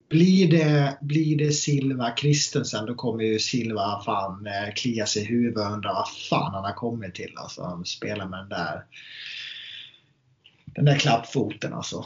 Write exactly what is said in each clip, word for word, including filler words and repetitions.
Blir det, blir det Silva Christensen, då kommer ju Silva fan eh, klia sig i huvudet och undra vad fan han har kommit till. Alltså, han spelar med den där den där klappfoten alltså.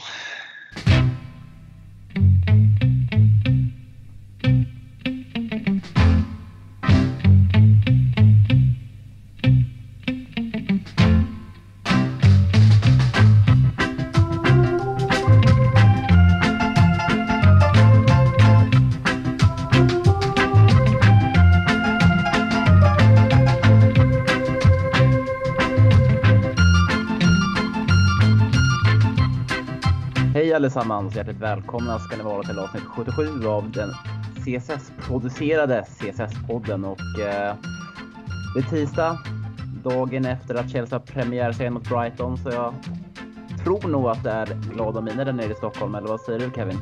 Allesammans, hjärtligt välkomna ska ni vara till avsnitt sjuttiosju av den C S S-producerade C S S-podden. Och eh, det är tisdag, dagen efter att Chelsea har premiärserien mot Brighton, så jag tror nog att det är glada miner där nere i Stockholm. Eller vad säger du, Kevin?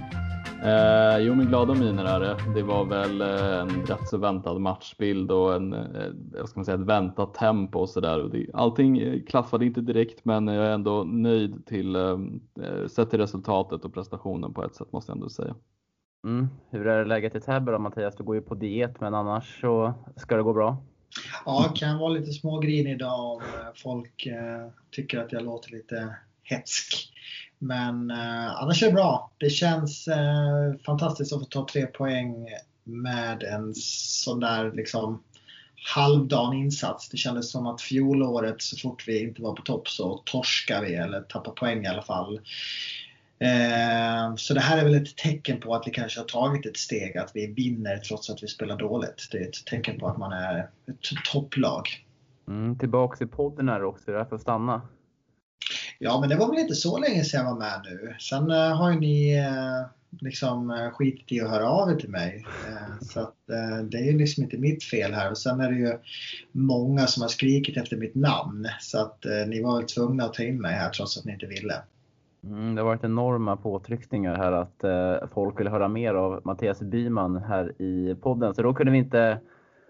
Eh, jo, men glada miner är det. Det var väl eh, en rätt så väntad matchbild och en, eh, jag ska säga, ett väntat tempo och sådär. Allting klaffade inte direkt, men jag är ändå nöjd till eh, sett till resultatet och prestationen på ett sätt, måste jag ändå säga. Mm. Hur är läget i Täby då, Mattias? Du går ju på diet, men annars så ska det gå bra. Ja, kan vara lite smågrin idag om folk eh, tycker att jag låter lite hetsk. Men eh, annars är det bra. Det känns eh, fantastiskt att få ta tre poäng med en sån där liksom halvdan insats. Det kändes som att fjolåret, så fort vi inte var på topp så torskar vi eller tappar poäng i alla fall. Eh, så det här är väl ett tecken på att vi kanske har tagit ett steg, att vi vinner trots att vi spelar dåligt. Det är ett tecken på att man är ett topplag. Mm, tillbaka i podden här också, det är för att stanna. Ja, men det var väl inte så länge sedan jag var med nu. Sen uh, har ju ni uh, liksom uh, skitit i att höra av er till mig. Uh, så att, uh, det är ju liksom inte mitt fel här. Och sen är det ju många som har skrikit efter mitt namn. Så att uh, ni var väl tvungna att ta in mig här trots att ni inte ville. Mm, det har varit enorma påtryckningar här att uh, folk vill höra mer av Mattias Byman här i podden. Så då kunde vi inte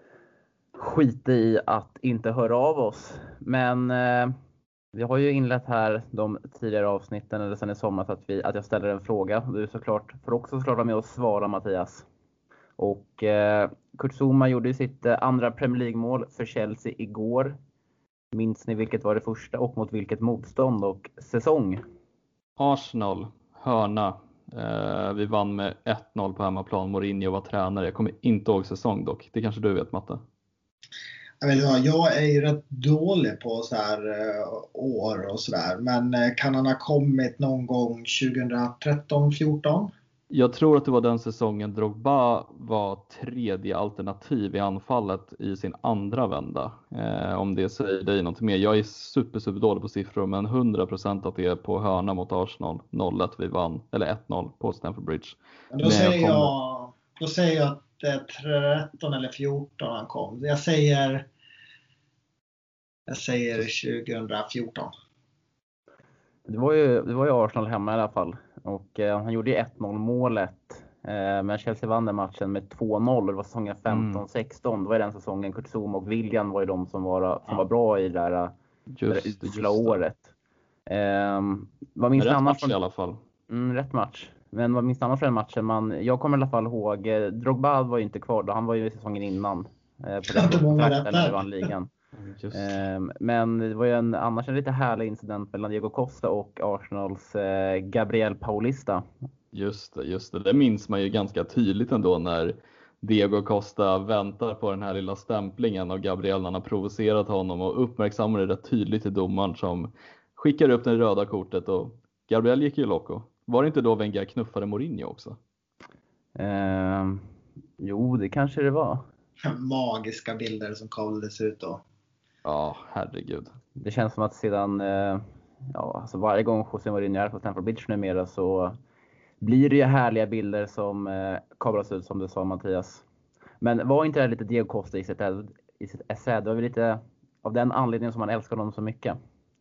skita i att inte höra av oss. Men... Uh, Vi har ju inlett här de tidigare avsnitten, eller sen i somras, att, vi, att jag ställer en fråga. Du såklart får också såklart vara med och svara, Mattias. Och eh, Kurt Zouma gjorde ju sitt eh, andra Premier League-mål för Chelsea igår. Minns ni vilket var det första och mot vilket motstånd och säsong? Arsenal, hörna. Eh, vi vann med ett noll på hemmaplan. Mourinho var tränare. Jag kommer inte ihåg säsong dock. Det kanske du vet, Matte. Jag, vet inte, jag är ju rätt dålig på så här uh, år och sådär. Men uh, kan han ha kommit någon gång tjugotretton fjorton? Jag tror att det var den säsongen Drogba var tredje alternativ i anfallet i sin andra vända. Eh, om det säger dig något mer. Jag är super, super dålig på siffror, men hundra procent att det är på hörna mot Arsenal. noll ett vi vann, eller ett noll på Stamford Bridge. Men då, säger jag, jag, då säger jag att det är tretton eller fjorton han kom. Jag säger, jag säger tjugofjorton. Det var ju, det var ju Arsenal hemma i alla fall. Och eh, han gjorde ju ett noll målet. Eh, men Chelsea vann den matchen med två noll. Det var säsongen femton sexton. Mm. Det var den säsongen Kurt Zouma och William var ju de som var, som var bra i det där, just, det där usla året. Eh, vad minns rätt annars match från... i alla fall. Mm, rätt match. Men vad minns annars från den matchen? Man, jag kommer i alla fall ihåg, eh, Drogba var ju inte kvar då. Han var ju i säsongen innan. Eh, på den kontrakten när vi vann ligan. Um, men det var ju en, annars en lite härlig incident mellan Diego Costa och Arsenals uh, Gabriel Paulista. Just det, just det. Det minns man ju ganska tydligt ändå när Diego Costa väntar på den här lilla stämplingen och Gabriel, han har provocerat honom och uppmärksammar det rätt tydligt till domaren som skickar upp det röda kortet, och Gabriel gick ju loco. Var det inte då Wenger knuffade Mourinho också? Uh, jo, det kanske det var. Magiska bilder som kollades ut då. Ja, herregud. Det känns som att sedan, ja, alltså varje gång José Mourinho är på Stamford Bridge numera så blir det ju härliga bilder som eh, kablas ut, som du sa, Mattias. Men var inte det lite Diego Costa i sitt, i sitt essä? Det var väl lite av den anledningen som man älskar honom så mycket.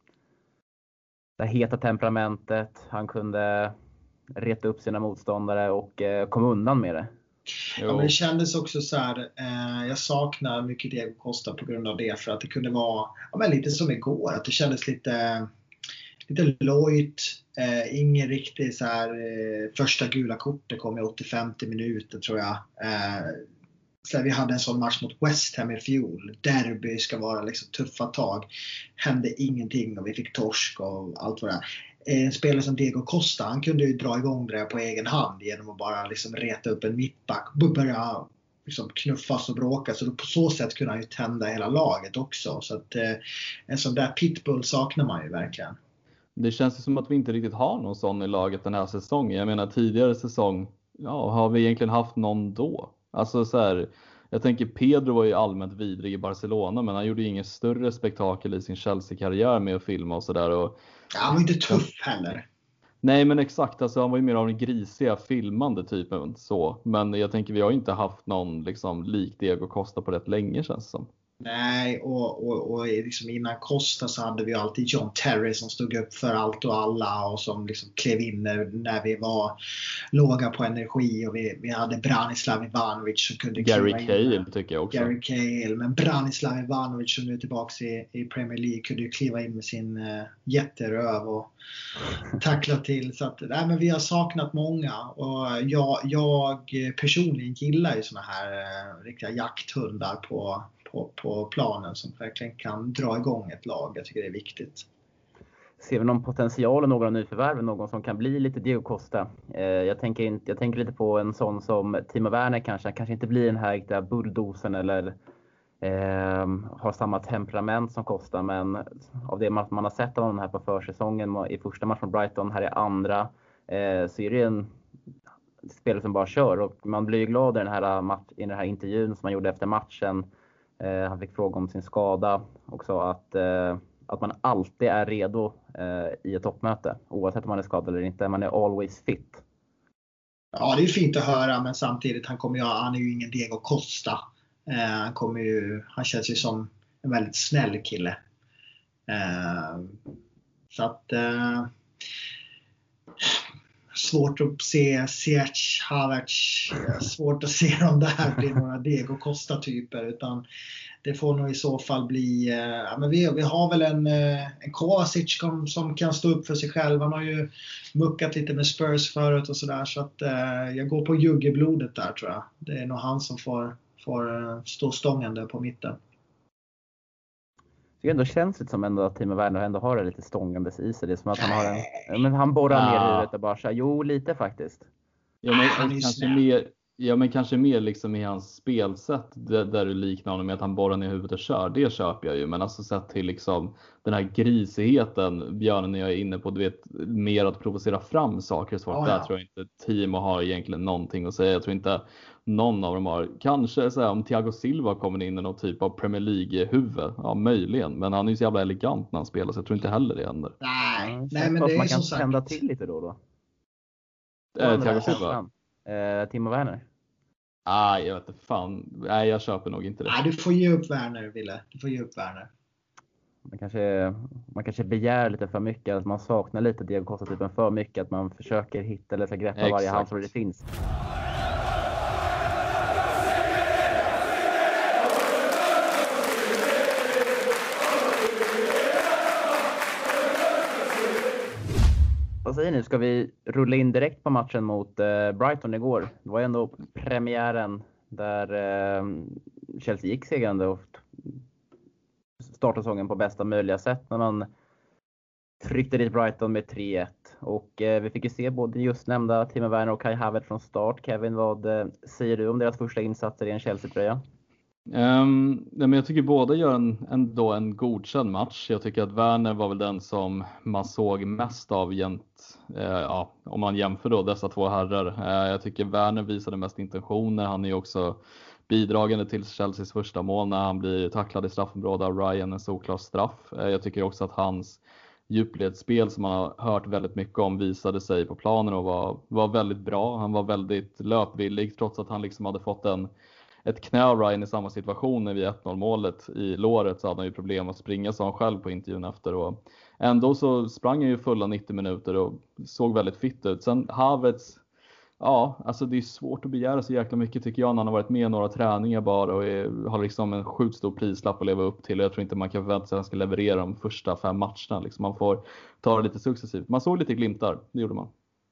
Det heta temperamentet, han kunde reta upp sina motståndare och eh, komma undan med det. Ja, men det kändes också så här, eh, jag saknar mycket Diego Costa på grund av det, för att det kunde vara ja, men lite som igår, att det kändes lite lite lojt. Eh, ingen riktigt så här eh, första gula kortet kom i åttiofem minuter tror jag. Eh, så vi hade en sån match mot West Ham i fjol. Derby ska vara liksom tuffa tag. Hände ingenting och vi fick torsk och allt vad det är. En spelare som Diego Costa, han kunde ju dra igång det på egen hand genom att bara liksom reta upp en mittback. Börja liksom knuffas och bråka. Så på så sätt kunde han ju tända hela laget också. Så att eh, en sån där pitbull saknar man ju verkligen. Det känns ju som att vi inte riktigt har någon sån i laget den här säsongen. Jag menar tidigare säsong, ja, har vi egentligen haft någon då? Alltså så här, jag tänker Pedro var ju allmänt vidrig i Barcelona, men han gjorde ju ingen större spektakel i sin Chelsea-karriär med att filma och sådär. Och ja, han var inte tuff heller. Nej, men exakt, alltså han var ju mer av den grisiga filmande typen så. Men jag tänker vi har ju inte haft någon liksom lik Diego Costa på rätt länge känns det som. Nej, och, och, och liksom innan Costa så hade vi alltid John Terry som stod upp för allt och alla och som liksom klev in när, när vi var låga på energi, och vi, vi hade Branislav Ivanovic som kunde Gary kliva in. Cahill tycker jag också. Gary Cahill, men Branislav Ivanovic som nu är tillbaka i, i Premier League kunde ju kliva in med sin uh, jätteröv och tackla till. Så att, nej, men vi har saknat många, och jag, jag personligen gillar ju såna här uh, riktiga jakthundar på På, på planen som verkligen kan dra igång ett lag. Jag tycker det är viktigt. Ser vi någon potential i några nyförvärv, någon som kan bli lite Diego Costa? Eh, jag, tänker inte, jag tänker lite på en sån som Timo Werner kanske. kanske inte blir den här riktiga bulldosen eller eh, har samma temperament som Costa. Men av det man, man har sett av honom här på försäsongen i första matchen mot Brighton, här i andra, eh, så är det en spelare som bara kör. Och man blir ju glad i den här, match, i den här intervjun som man gjorde efter matchen. Eh, han fick fråga om sin skada också, att, eh, att man alltid är redo eh, i ett toppmöte. Oavsett om man är skadad eller inte, man är always fit. Ja, det är fint att höra, men samtidigt han kommer ju, han är ju ingen Diego Costa. Eh, han kommer ju, han känns ju som en väldigt snäll kille. Eh, så att eh, svårt att se Ziyech, Havertz, svårt att se om det här blir några Diego Costa-typer, utan det får nog i så fall bli, ja, men vi, vi har väl en, en Kovacic som, som kan stå upp för sig själv. Han har ju muckat lite med Spurs förut och sådär, så att eh, jag går på juggeblodet där tror jag. Det är nog han som får, får stå stångande på mitten. Det ändå känns lite som ändå att Timo Werner ändå har det lite stångandes i sig. Det är som att han har en, men han borrar ja. ner huvudet och bara så, jo lite faktiskt. Ja, men han är kanske mer, ja, men kanske mer liksom i hans spelsätt där, där du liknar honom med att han borrar ner huvudet och kör. Det köper jag ju, men alltså sett till liksom den här grisigheten Björnen när jag är inne på, du vet, mer att provocera fram saker så oh, där ja. tror jag inte Timo har egentligen någonting att säga. Jag tror inte någon av dem har, kanske så här, om Thiago Silva kommer in i någon typ av Premier League-huvud, ja möjligen, men han är ju så jävla elegant när han spelar, så jag tror inte heller det händer. Nej, ja, nej men det är man som kan sagt tända till lite då då. Eh, Thiago Silva? Eh, Timo Werner? Ah, jag vet inte fan. Nej, jag köper nog inte det. Nej, du får ge upp Werner, Ville. Du får ge upp Werner. Man kanske, man kanske begär lite för mycket, att man saknar lite Diego Costa-typen för mycket, att man försöker hitta eller greppa Exakt. varje hand som det finns. Vad säger ni? Ska vi rulla in direkt på matchen mot eh, Brighton igår? Det var ändå premiären där eh, Chelsea gick segrande och startade säsongen på bästa möjliga sätt när man tryckte dit Brighton med tre ett. Och eh, vi fick ju se både just nämnda Timo Werner och Kai Havertz från start. Kevin, vad eh, säger du om deras första insatser i en Chelsea-tröja? Um, men jag tycker båda gör en, ändå en godkänd match. Jag tycker att Werner var väl den som man såg mest av jämt, uh, ja, om man jämför då dessa två herrar. Uh, jag tycker Werner visade mest intentioner. Han är ju också bidragande till Chelseas första mål när han blir tacklad i straffområdet av Ryan, en såklar straff. Uh, jag tycker också att hans djupledsspel som man har hört väldigt mycket om visade sig på planen och var, var väldigt bra. Han var väldigt löpvillig trots att han liksom hade fått en ett knä av Ryan i samma situation vid ett noll målet i låret, så hade han ju problem att springa, sa han själv på intervjun efter. Och ändå så sprang han ju fulla nittio minuter och såg väldigt fit ut. Sen Havertz Ja, alltså det är svårt att begära så jäkla mycket tycker jag när han har varit med i några träningar bara och är, har liksom en sjukt stor prislapp att leva upp till. Och jag tror inte man kan förvänta sig att han ska leverera de första fem matcherna. Liksom. Man får ta det lite successivt. Man såg lite glimtar, det gjorde man.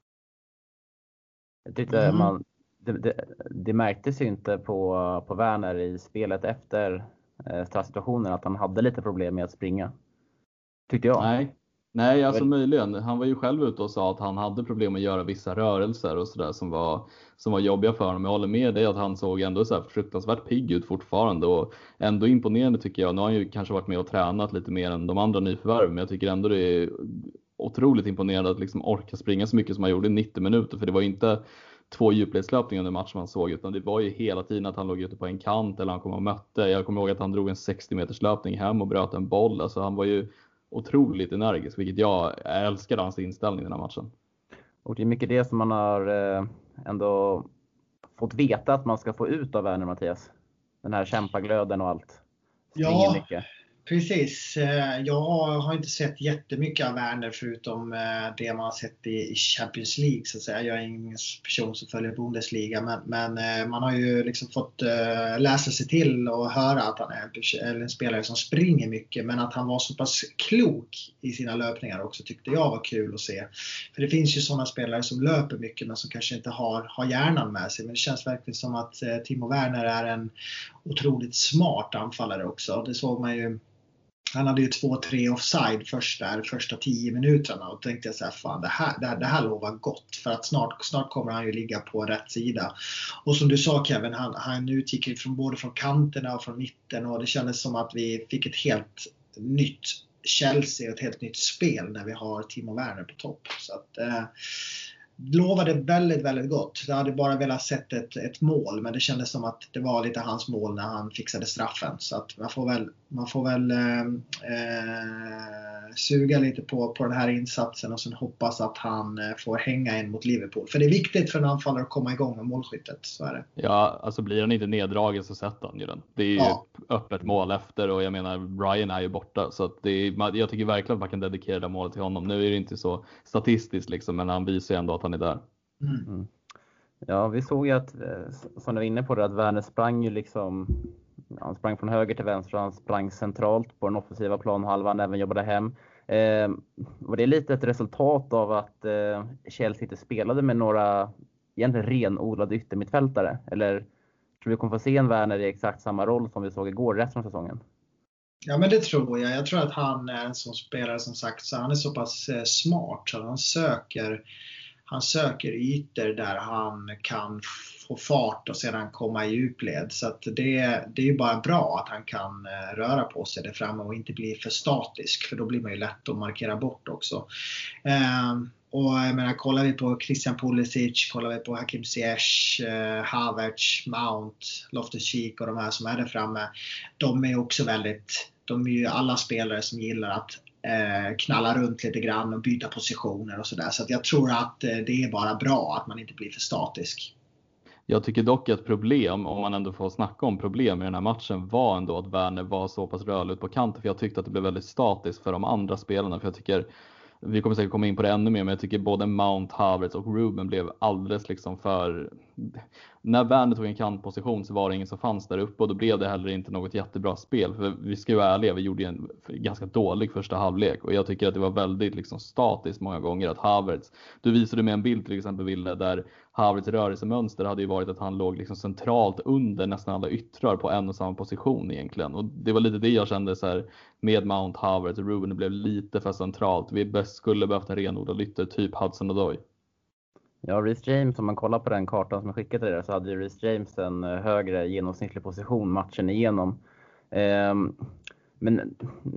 Jag tyckte Mm. man, det, det, det märktes ju inte på, på Werner i spelet efter eh, straffsituationen att han hade lite problem med att springa. Tyckte jag. Nej. Nej, alltså möjligen. Han var ju själv ute och sa att han hade problem med att göra vissa rörelser och sådär som var, som var jobbiga för honom. Jag håller med dig att han såg ändå så här fruktansvärt pigg ut fortfarande och ändå imponerande tycker jag. Nu har han ju kanske varit med och tränat lite mer än de andra nyförvärven, men jag tycker ändå det är otroligt imponerande att liksom orka springa så mycket som han gjorde i nittio minuter. För det var ju inte två djupledslöpningar under matchen man såg, utan det var ju hela tiden att han låg ute på en kant eller han kom och mötte. Jag kommer ihåg att han drog en sextio meters löpning hem och bröt en boll. Alltså han var ju otroligt energisk, vilket jag älskar hans inställning i den här matchen. Och det är mycket det som man har eh, ändå fått veta att man ska få ut av Werner, Mattias. Den här kämpaglöden och allt. Springer Ja, mycket. Precis. Jag har inte sett jättemycket av Werner förutom det man har sett i Champions League så att säga. Jag är ingen person som följer Bundesliga, men, men man har ju liksom fått läsa sig till och höra att han är en spelare som springer mycket, men att han var så pass klok i sina löpningar också tyckte jag var kul att se. För det finns ju sådana spelare som löper mycket men som kanske inte har, har hjärnan med sig, men det känns verkligen som att Timo Werner är en otroligt smart anfallare också. Det såg man ju. Han hade ju två tre offside först där, första tio minuterna och tänkte jag så här, fan det här, det här, det här lovar gott för att snart, snart kommer han ju ligga på rätt sida. Och som du sa Kevin, han, han utgick från, både från kanterna och från mitten och det kändes som att vi fick ett helt nytt Chelsea, ett helt nytt spel när vi har Timo Werner på topp. Så att eh, lovade väldigt, väldigt gott. Jag hade bara velat sett ett, ett mål, men det kändes som att det var lite hans mål när han fixade straffen. Så att man får väl, man får väl eh, eh, suga lite på, på den här insatsen och sen hoppas att han eh, får hänga in mot Liverpool. För det är viktigt för en anfallare att komma igång med målskyttet. Så är det. Ja, alltså blir han inte neddragen så sätter han ju den. Det är ju Ja. öppet mål efter och jag menar Ryan är ju borta. Så att det är, jag tycker verkligen att man kan dedikera det målet till honom. Nu är det inte så statistiskt liksom, men han visar ju ändå att han är där. Mm. Mm. Ja, vi såg ju att, som du var inne på det, att Werner sprang ju liksom, han sprang från höger till vänster och han sprang centralt på den offensiva planhalvan, även jobbade hem. Eh, var det lite ett resultat av att eh, Chelsea inte spelade med några egentligen renodlade yttermittfältare? Eller tror vi kommer få se en Werner i exakt samma roll som vi såg igår resten av säsongen? Ja, men det tror jag. Jag tror att han är en sån spelare som sagt, så han är så pass smart så han söker Han söker ytor där han kan få fart och sedan komma i djupled. Så att det, det är ju bara bra att han kan röra på sig där framme och inte bli för statisk. För då blir man ju lätt att markera bort också. Ehm, och jag menar, kollar vi på Christian Pulisic, kollar vi på Hakim Ziyech, eh, Havertz, Mount, Loftus-Cheek och de här som är där framme. De är också väldigt, de är ju alla spelare som gillar att knalla runt lite grann och byta positioner och sådär. Så att jag tror att det är bara bra att man inte blir för statisk. Jag tycker dock att problem, om man ändå får snacka om problem i den här matchen, var ändå att Werner var så pass rörlig ut på kanten. För jag tyckte att det blev väldigt statiskt för de andra spelarna. För jag tycker, vi kommer säkert komma in på det ännu mer, men jag tycker både Mount, Havertz och Ruben blev alldeles liksom för... När Werner tog en kantposition så var det ingen som fanns där uppe och då blev det heller inte något jättebra spel. För vi ska ju vara ärliga, vi gjorde en ganska dålig första halvlek och jag tycker att det var väldigt liksom statiskt många gånger att Havertz... Du visade med en bild till exempel, Ville, där Havertz rörelsemönster hade ju varit att han låg liksom centralt under nästan alla yttrar på en och samma position egentligen. Och det var lite det jag kände så här med Mount, Havertz och Ruben, det blev lite för centralt. Vi bäst skulle behövt en renodlad ytter, typ Hudson-Odoi. Ja, Reece James, om man kollar på den kartan som jag skickade till er, så hade ju Reece James en högre genomsnittlig position matchen igenom. Ehm, men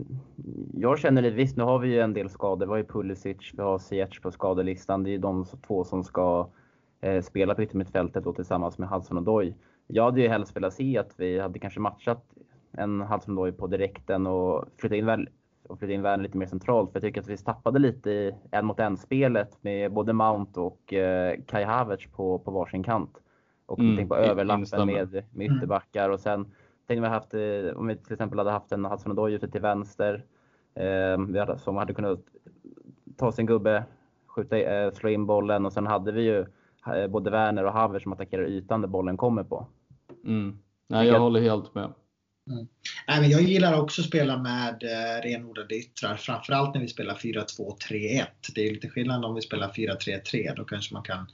jag känner det, visst nu har vi ju en del skador. Vi har ju Pulisic, vi har Ziyech på skadelistan. Det är ju de två som ska eh, spela på yttermittfältet då, tillsammans med Hudson-Odoi. Jag hade ju helst velat se att vi hade kanske matchat en Hudson-Odoi på direkten och flyttat in väl och flytta in Werner lite mer centralt. För jag tycker att vi tappade lite i en mot en spelet med både Mount och eh, Kai Havertz på, på varsin kant. Och mm, tänk på överlappen med, med ytterbackar. Och sen tänkte vi haft, eh, om vi till exempel hade haft en Hudson-Odoi ute till vänster. Eh, vi hade, som hade kunnat ta sin gubbe, skjuta, eh, slå in bollen. Och sen hade vi ju både Werner och Havertz som attackerar ytan där bollen kommer på. Mm. Nej, jag håller helt med. Mm. Nej, men jag gillar också att spela med eh, renodlade yttrar, framförallt när vi spelar fyra två tre ett. Det är lite skillnad om vi spelar fyra tre tre, då kanske man kan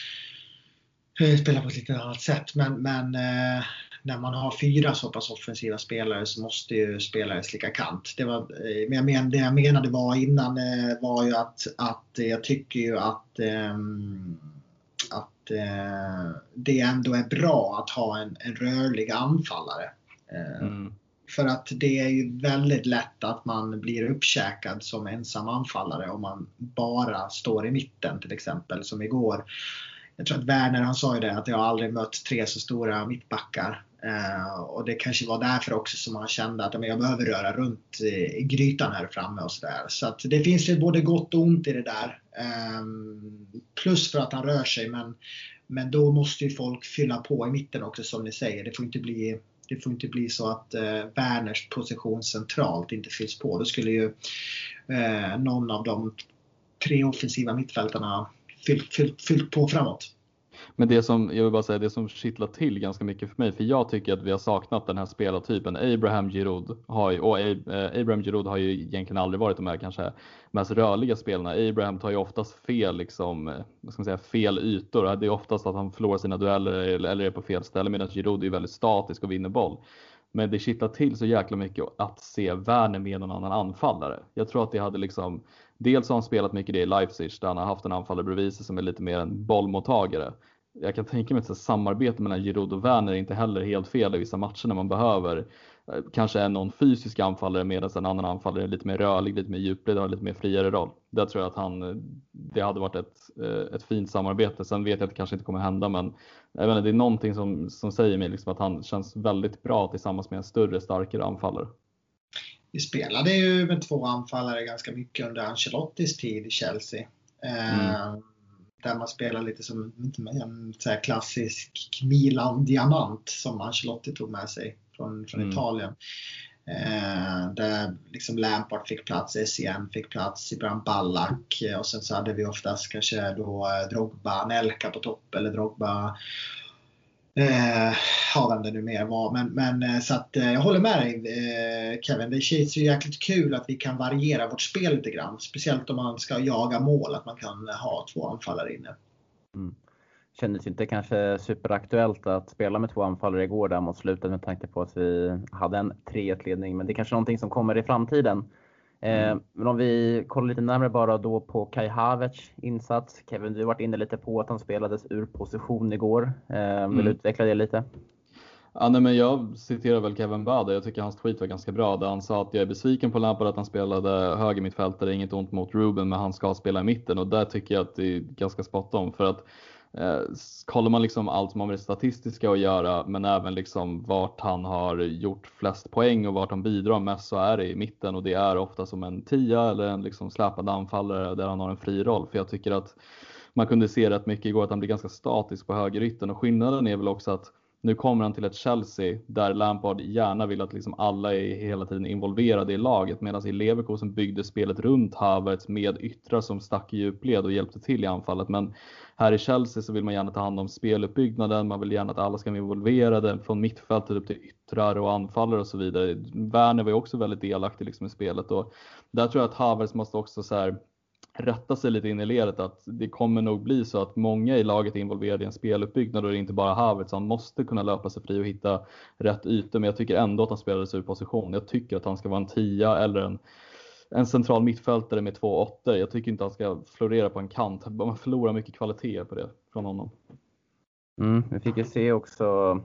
eh, spela på ett lite annat sätt. Men, men eh, när man har fyra så pass offensiva spelare så måste ju spelare slicka kant. Det, var, eh, men jag men, det jag menade var innan eh, var ju att, att jag tycker ju att eh, att eh, det ändå är bra att ha en, en rörlig anfallare. Mm. För att det är ju väldigt lätt att man blir uppkäkad som ensam anfallare om man bara står i mitten till exempel, som igår. Jag tror att Werner, han sa ju det, att jag aldrig mött tre så stora mittbackar. Eh, och det kanske var därför också som han kände att men jag behöver röra runt i, i grytan här framme och sådär. Så att det finns ju både gott och ont i det där. Eh, plus för att han rör sig, men, men då måste ju folk fylla på i mitten också, som ni säger. Det får inte bli Det får inte bli så att eh, Werners position centralt inte fylls på. Då skulle ju eh, någon av de tre offensiva mittfältarna fyllt, fyllt, fyllt på framåt. Men det som, jag vill bara säga, det som kittlar till ganska mycket för mig, för jag tycker att vi har saknat den här spelartypen. Abraham Giroud har ju, och Abraham Giroud har ju egentligen aldrig varit de här kanske mest rörliga spelarna. Abraham tar ju oftast fel, liksom, vad ska man säga, fel ytor. Det är oftast att han förlorar sina dueller eller är på fel ställe, medan Giroud är väldigt statisk och vinner boll. Men det kittlar till så jäkla mycket att se Werner med någon annan anfallare. Jag tror att det hade liksom, dels har han spelat mycket det i Leipzig där han har haft en anfallare bredvid sig som är lite mer en bollmottagare. Jag kan tänka mig att samarbete mellan Giroud och Werner är inte heller helt fel i vissa matcher när man behöver kanske är någon fysisk anfallare medan en annan anfallare är lite mer rörlig, lite mer djupled och har lite mer friare roll. Där tror jag att han, det hade varit ett, ett fint samarbete. Sen vet jag att det kanske inte kommer hända, men jag vet inte, det är någonting som, som säger mig liksom att han känns väldigt bra tillsammans med en större, starkare anfallare. Vi spelade ju med två anfallare ganska mycket under Ancelottis tid i Chelsea. Mm. Där man spelar lite som en så här klassisk Milan-diamant som Ancelotti tog med sig från, från mm. Italien. Eh, där liksom Lampard fick plats, S C N fick plats, Ibrahim Ballack, och sen så hade vi oftast kanske då Drogba, Nelka på topp, eller Drogba, eh, ja, vem det nu mer var. Men, men så att eh, jag håller med dig eh, Kevin, det känns ju jäkligt kul att vi kan variera vårt spel lite grann, speciellt om man ska jaga mål, att man kan ha två anfallare inne. Mm. Kändes inte kanske superaktuellt att spela med två anfallare igår där mot slutet med tanke på att vi hade en tre ett-ledning, men det är kanske någonting som kommer i framtiden. Mm. Eh, men om vi kollar lite närmare bara då på Kai Havertz insats. Kevin, du har varit inne lite på att han spelades ur position igår. Eh, vill mm. utveckla det lite? Ja, nej, men jag citerar väl Kevin Bada. Jag tycker hans tweet var ganska bra där han sa att jag är besviken på Lampard att han spelade höger mittfältare. Inget ont mot Ruben, men han ska spela i mitten. Och där tycker jag att det är ganska spot on, för att Eh, kollar man liksom allt som har med det statistiska att göra, men även liksom vart han har gjort flest poäng och vart han bidrar mest, så är det i mitten, och det är ofta som en tia eller en liksom släpande anfallare där han har en fri roll. För jag tycker att man kunde se rätt mycket igår att han blir ganska statisk på högerytten, och skillnaden är väl också att nu kommer han till ett Chelsea där Lampard gärna vill att liksom alla är hela tiden involverade i laget, medan i Leverkusen byggde spelet runt Havertz med yttrar som stack i djupled och hjälpte till i anfallet. Men här i Chelsea så vill man gärna ta hand om speluppbyggnaden, man vill gärna att alla ska vara involverade från mittfältet upp till yttrar och anfallare och så vidare. Werner var ju också väldigt delaktig liksom i spelet, och där tror jag att Havertz måste också så här rätta sig lite in i ledet, att det kommer nog bli så att många i laget är involverade i en speluppbyggnad, och det är inte bara Havertz. Han måste kunna löpa sig fri och hitta rätt ytor, men jag tycker ändå att han spelade sig ur position. Jag tycker att han ska vara en tia eller en, en central mittfältare med två åttor. Jag tycker inte att han ska florera på en kant. Man förlorar mycket kvalitet på det från honom. Mm, vi fick ju se också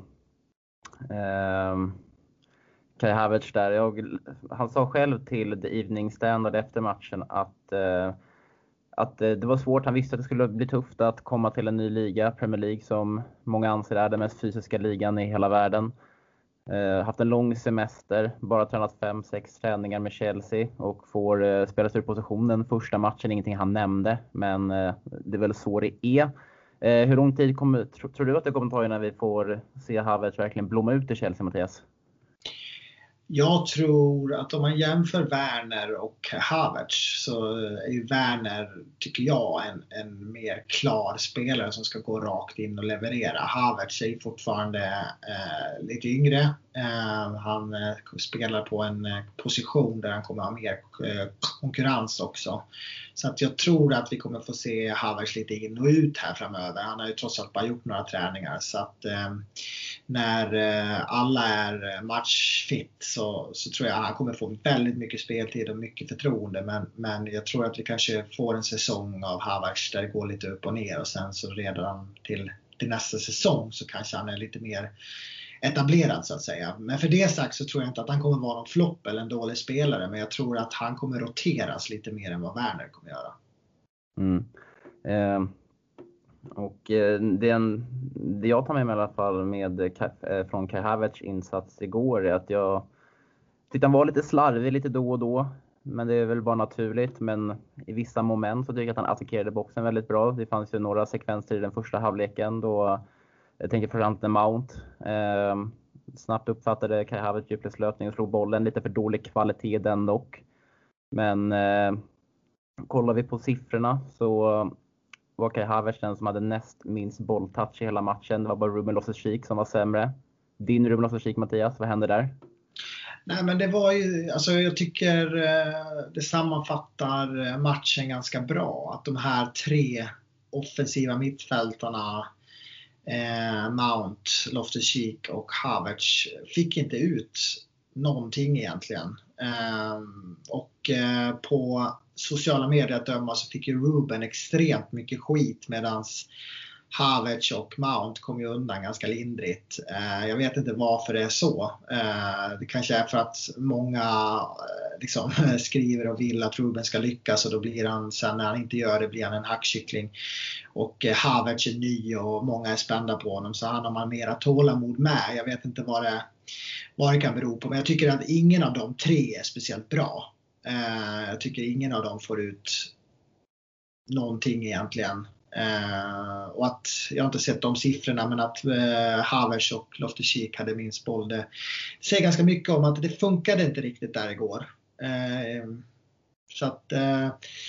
eh, Kai Havertz där. Jag, han sa själv till The Evening Standard efter matchen att eh, att det var svårt. Han visste att det skulle bli tufft att komma till en ny liga, Premier League, som många anser är den mest fysiska ligan i hela världen. Eh, haft en lång semester, bara tränat fem sex träningar med Chelsea och får eh, spela sig ur positionen första matchen. Ingenting han nämnde, men eh, det är väl så det är. Eh, hur lång tid kommer, tro, tror du att det kommer ta innan vi får se Havertz verkligen blomma ut i Chelsea, Mattias? Jag tror att om man jämför Werner och Havertz så är ju Werner, tycker jag, en, en mer klar spelare som ska gå rakt in och leverera. Havertz är fortfarande eh, lite yngre. Eh, han eh, spelar på en eh, position där han kommer ha mer eh, konkurrens också. Så att jag tror att vi kommer få se Havertz lite in och ut här framöver. Han har ju trots allt bara gjort några träningar. Så att eh, när eh, alla är matchfit så, så tror jag att han kommer få väldigt mycket speltid och mycket förtroende. Men, men jag tror att vi kanske får en säsong av Havertz där det går lite upp och ner. Och sen så redan till, till nästa säsong så kanske han är lite mer etablerad så att säga. Men för det sagt så tror jag inte att han kommer vara någon flopp eller en dålig spelare. Men jag tror att han kommer roteras lite mer än vad Werner kommer göra. Mm. Eh, och eh, det, en, det jag tar med mig i alla fall med, eh, från Kai Havertz insats igår är att jag tyckte han var lite slarvig lite då och då. Men det är väl bara naturligt. Men i vissa moment så tycker jag att han attackerade boxen väldigt bra. Det fanns ju några sekvenser i den första halvleken då jag tänker framförallt när Mount eh, snabbt uppfattade Kai Havertz djupledslöpning och slog bollen. Lite för dålig kvalitet den dock. Men eh, kollar vi på siffrorna så var Kai Havertz den som hade näst minst bolltouch i hela matchen. Det var bara Ruben Loftus-Cheek som var sämre. Din Ruben Loftus-Cheek, Mattias, vad hände där? Nej, men det var ju, alltså jag tycker det sammanfattar matchen ganska bra. Att de här tre offensiva mittfältarna, eh, Mount, Loftus-Cheek och Havertz, fick inte ut någonting egentligen. Eh, och eh, på sociala medier att döma så fick ju Ruben extremt mycket skit medans Havertz och Mount kom ju undan ganska lindrigt. Eh, jag vet inte varför det är så. Eh, det kanske är för att många eh, liksom, skriver och vill att Ruben ska lyckas och då blir han, sen när han inte gör det blir han en hackkyckling. Och eh, Havertz är ny och många är spända på honom så han har man mera tålamod med. Jag vet inte vad det, vad det kan bero på men jag tycker att ingen av de tre är speciellt bra. Eh, jag tycker ingen av dem får ut någonting egentligen. Uh, och att, jag har inte sett de siffrorna men att uh, Havertz och Loftus-Cheek hade minst boll, det säger ganska mycket om att det funkade inte riktigt där igår. Uh, så att uh,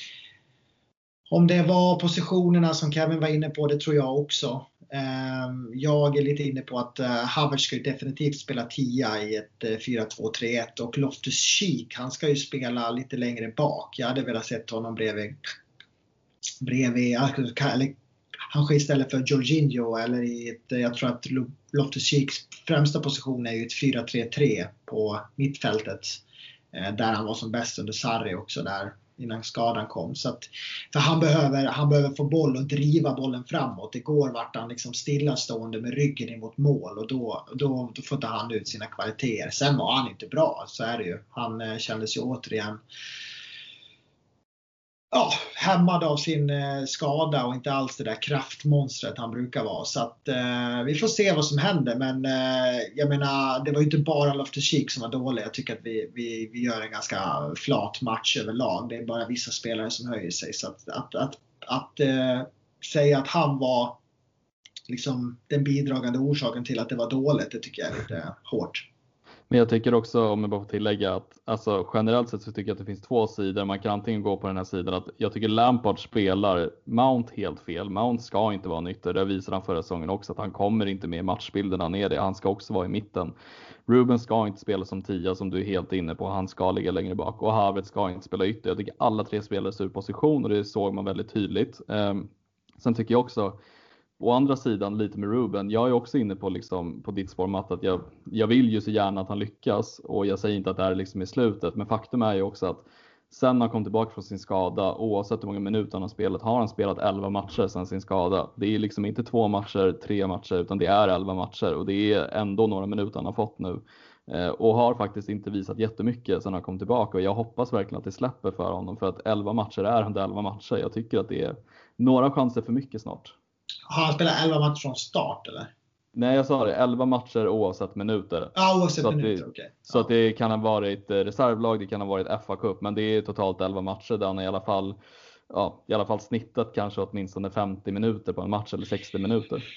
om det var positionerna som Kevin var inne på, det tror jag också. Uh, jag är lite inne på att uh, Havertz ska ju definitivt spela tia i ett uh, fyra två tre ett och Loftus-Cheek, han ska ju spela lite längre bak. Jag hade velat sett honom bredvid bredvid, eller kanske istället för Jorginho eller i ett, jag tror att Loftus-Cheeks främsta position är ju ett fyra tre tre på mittfältet där han var som bäst under Sarri också där innan skadan kom. Så att, för han behöver, han behöver få boll och driva bollen framåt. Igår vart han liksom stillastående med ryggen emot mål och då, då, då får inte han ut sina kvaliteter. Sen var han inte bra, så är det ju. Han kändes ju återigen Ja, hämmad av sin eh, skada och inte alls det där kraftmonstret han brukar vara. Så att eh, vi får se vad som händer. Men eh, jag menar, det var ju inte bara Loftus-Cheek som var dålig. Jag tycker att vi, vi, vi gör en ganska flat match överlag. Det är bara vissa spelare som höjer sig. Så att, att, att, att eh, säga att han var liksom den bidragande orsaken till att det var dåligt, det tycker jag är lite hårt. Men jag tycker också, om jag bara får tillägga, att alltså, generellt sett så tycker jag att det finns två sidor. Man kan antingen gå på den här sidan att jag tycker Lampard spelar Mount helt fel. Mount ska inte vara nytter. Det visar han förra säsongen också, att han kommer inte med i matchbilderna ner det. Han ska också vara i mitten. Ruben ska inte spela som tia som du är helt inne på. Han ska ligga längre bak. Och Havertz ska inte spela ytter. Jag tycker alla tre spelare ser ur position och det såg man väldigt tydligt. Um, sen tycker jag också, å andra sidan lite med Ruben, jag är också inne på, liksom, på ditt spår Matt, att jag, jag vill ju så gärna att han lyckas och jag säger inte att det här är liksom i slutet, men faktum är ju också att sen han kom tillbaka från sin skada, oavsett hur många minuter han har spelat, har han spelat elva matcher sen sin skada. Det är liksom inte två matcher, tre matcher, utan det är elva matcher och det är ändå några minuter han har fått nu. Och har faktiskt inte visat jättemycket sen han kom tillbaka och jag hoppas verkligen att det släpper för honom, för att elva matcher är ändå elva matcher. Jag tycker att det är några chanser för mycket snart. Har han spelat elva matcher från start eller? Nej, jag sa det. elva matcher oavsett minuter. Ja, oavsett så minuter, okej. Okay. Så ja. att det kan ha varit reservlag, det kan ha varit F A-cup. Men det är totalt elva matcher där han i alla fall, ja, i alla fall snittat kanske åtminstone femtio minuter på en match eller sextio minuter.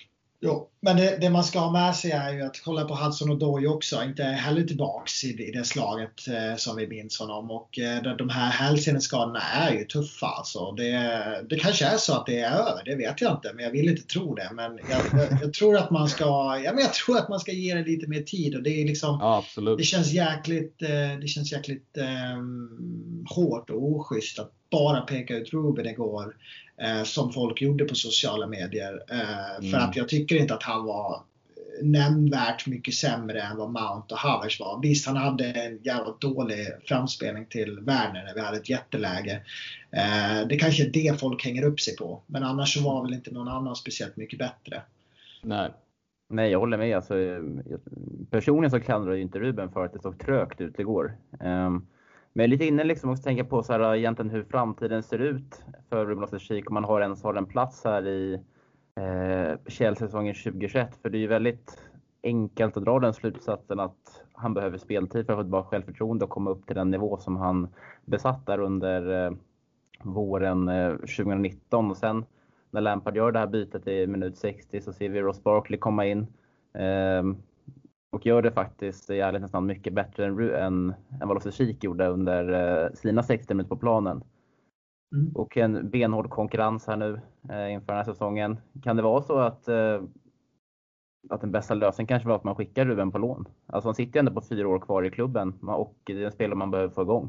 Jo, men det, det man ska ha med sig är ju att kolla på Hudson-Odoi också. Inte heller tillbaks i, i det slaget eh, som vi minns honom. Och eh, de här hälseneskadorna är ju tuffa. Alltså. Det, det kanske är så att det är över, det vet jag inte. Men jag vill inte tro det. Men jag, jag, jag tror att man ska ja, men jag tror att man ska ge det lite mer tid. Och det är liksom, Ja, absolut. det känns jäkligt, eh, det känns jäkligt eh, hårt och oschysst att bara peka ut Ruben igår. Eh, som folk gjorde på sociala medier. Eh, mm. För att jag tycker inte att han var nämnvärt mycket sämre än vad Mount och Havertz var. Visst, han hade en jävla dålig framspelning till Werner när vi hade ett jätteläge. Eh, det kanske är det folk hänger upp sig på. Men annars så var väl inte någon annan speciellt mycket bättre. Nej. Nej, jag håller med. Alltså, personligen så klandrar jag inte Ruben för att det såg trögt ut igår. Um, Men lite inne liksom också tänka på så här, egentligen hur framtiden ser ut för Ruben Loftus-Cheek om man har ens har en plats här i eh, Chelsea-säsongen tjugohundratjugoett. För det är ju väldigt enkelt att dra den slutsatsen att han behöver speltid för att få tillbaka självförtroende och komma upp till den nivå som han besatt där under eh, våren eh, tjugonitton. Och sen när Lampard gör det här bytet i minut sextio så ser vi Ross Barkley komma in. Eh, Och gör det faktiskt i ärlighetens namn mycket bättre än, än, än vad Loftus-Cheek gjorde under eh, sina sextio minuter på planen. Mm. Och en benhård konkurrens här nu eh, inför den här säsongen. Kan det vara så att, eh, att den bästa lösningen kanske var att man skickar Ruben på lån? Alltså han sitter ändå på fyra år kvar i klubben och det är en spelare man behöver få igång.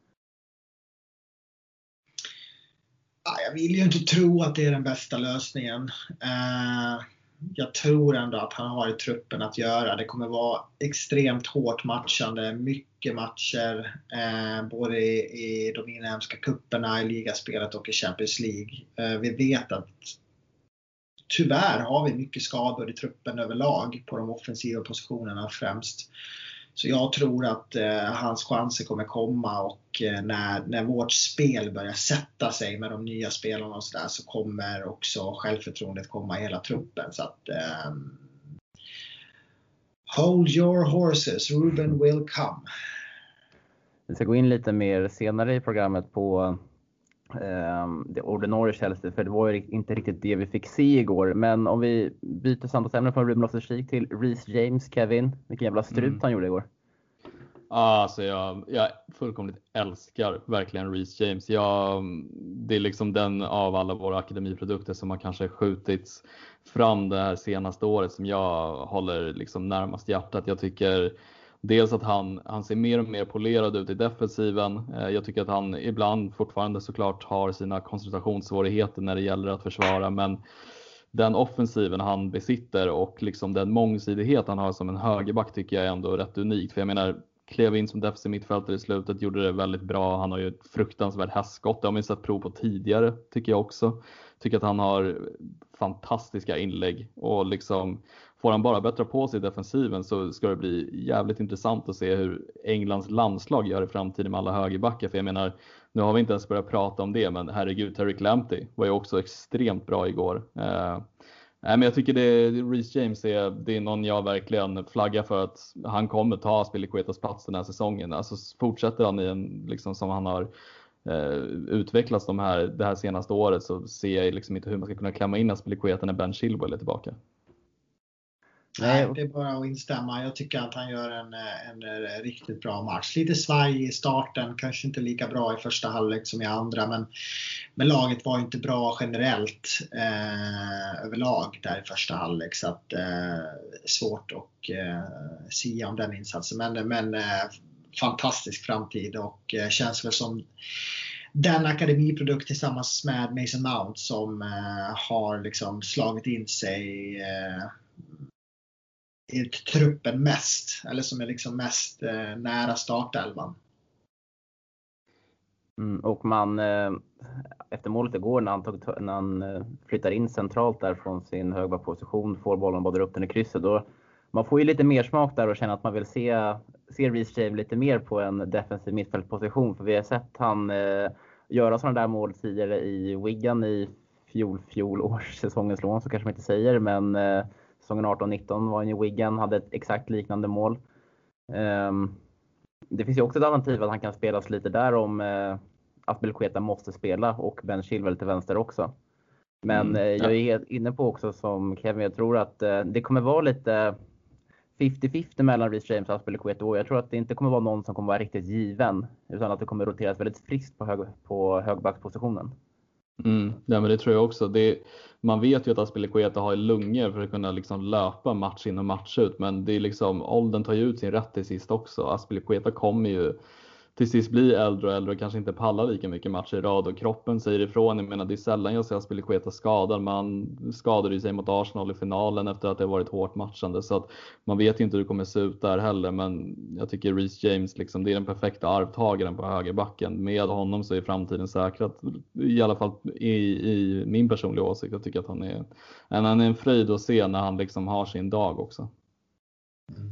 Jag vill ju inte tro att det är den bästa lösningen. Uh... Jag tror ändå att han har i truppen att göra. Det kommer vara extremt hårt matchande. Mycket matcher. Eh, både i, i de inhemska kupperna, i ligaspelet och i Champions League. Eh, vi vet att tyvärr har vi mycket skador i truppen överlag. På de offensiva positionerna främst. Så jag tror att eh, hans chanser kommer komma. Och eh, när, när vårt spel börjar sätta sig med de nya spelarna och så där, så kommer också självförtroendet komma i hela truppen. Så att eh, hold your horses, Ruben will come. Vi ska gå in lite mer senare i programmet på eh, det ordinarie Chelsea, för det var ju inte riktigt det vi fick se igår. Men om vi byter samtalsämne från Ruben Loftus-Cheek till Reece James, Kevin. Vilken jävla strut mm. han gjorde igår. Alltså jag, jag fullkomligt älskar verkligen Reece James. Jag, det är liksom den av alla våra akademiprodukter som har kanske skjutits fram det här senaste året som jag håller liksom närmast hjärtat. Jag tycker dels att han, han ser mer och mer polerad ut i defensiven. Jag tycker att han ibland fortfarande såklart har sina koncentrationssvårigheter när det gäller att försvara, men den offensiven han besitter och liksom den mångsidighet han har som en högerback tycker jag är ändå rätt unikt. För jag menar, klev in som defensiv mittfältare i slutet, gjorde det väldigt bra. Han har ju ett fruktansvärt hästskott. Det har man ju sett prov på tidigare, tycker jag också. Tycker att han har fantastiska inlägg. Och liksom, får han bara bättra på sig i defensiven så ska det bli jävligt intressant att se hur Englands landslag gör i framtiden med alla högerbackar. För jag menar, nu har vi inte ens börjat prata om det, men herregud, Tariq Lamptey var ju också extremt bra igår. Eh, Nej, men jag tycker det, Reece James är, det är någon jag verkligen flaggar för att han kommer ta Azpilicuetas plats den här säsongen. Alltså fortsätter han i en, liksom som han har eh, utvecklats de här, det här senaste året, så ser jag liksom inte hur man ska kunna klämma in Azpilicueta när Ben Chilwell är tillbaka. Nej, det är bara att instämma. Jag tycker att han gör en, en riktigt bra match. Lite svaj i starten, kanske inte lika bra i första halvlek som i andra, men, men laget var inte bra generellt eh, överlag där i första halvlek, så att eh, svårt att eh, sia om den insatsen. Men, men eh, fantastisk framtid och eh, känns väl som den akademiprodukt tillsammans med Mason Mount som eh, har liksom slagit in sig eh, i truppen mest, eller som är liksom mest eh, nära startelvan. Mm, och man eh, efter målet igår när han, tog, när han eh, flyttar in centralt där från sin höga position, får bollen bara upp den i krysset, då man får ju lite mer smak där och känner att man vill se, se Reece James lite mer på en defensiv mittfältposition, för vi har sett han eh, göra sådana där mål tidigare i Wigan i fjol, fjol års säsongens lån, så kanske man inte säger, men eh, säsongen arton nitton var han i Wigan, hade ett exakt liknande mål. Um, det finns ju också ett alternativ att han kan spelas lite där om uh, att Azpilicueta måste spela och Ben Chilwell till vänster också. Men Mm, eh, ja. jag är helt inne på också som Kevin, jag tror att eh, det kommer vara lite fifty fifty mellan Reece James och Azpilicueta. Och jag tror att det inte kommer vara någon som kommer vara riktigt given, utan att det kommer roteras väldigt friskt på, hög, på högbackspositionen. Mm, ja, men det tror jag också. Det, man vet ju att Azpilicueta har lungor för att kunna liksom löpa match in och match ut. Men det är liksom, åldern tar ju ut sin rätt till sist också. Azpilicueta kommer ju till sist bli äldre och äldre och kanske inte pallar lika mycket matcher i rad. Och kroppen säger ifrån. Jag menar, det är sällan jag ser Azpilicueta skadad. Man skadade ju sig mot Arsenal i finalen efter att det varit hårt matchande. Så att man vet ju inte hur det kommer se ut där heller. Men jag tycker Reece James, liksom, det är den perfekta arvtagaren på högerbacken. Med honom så är framtiden säkrat. I alla fall i, i min personliga åsikt. Jag tycker att han är, han är en fröjd att se när han liksom har sin dag också. Mm.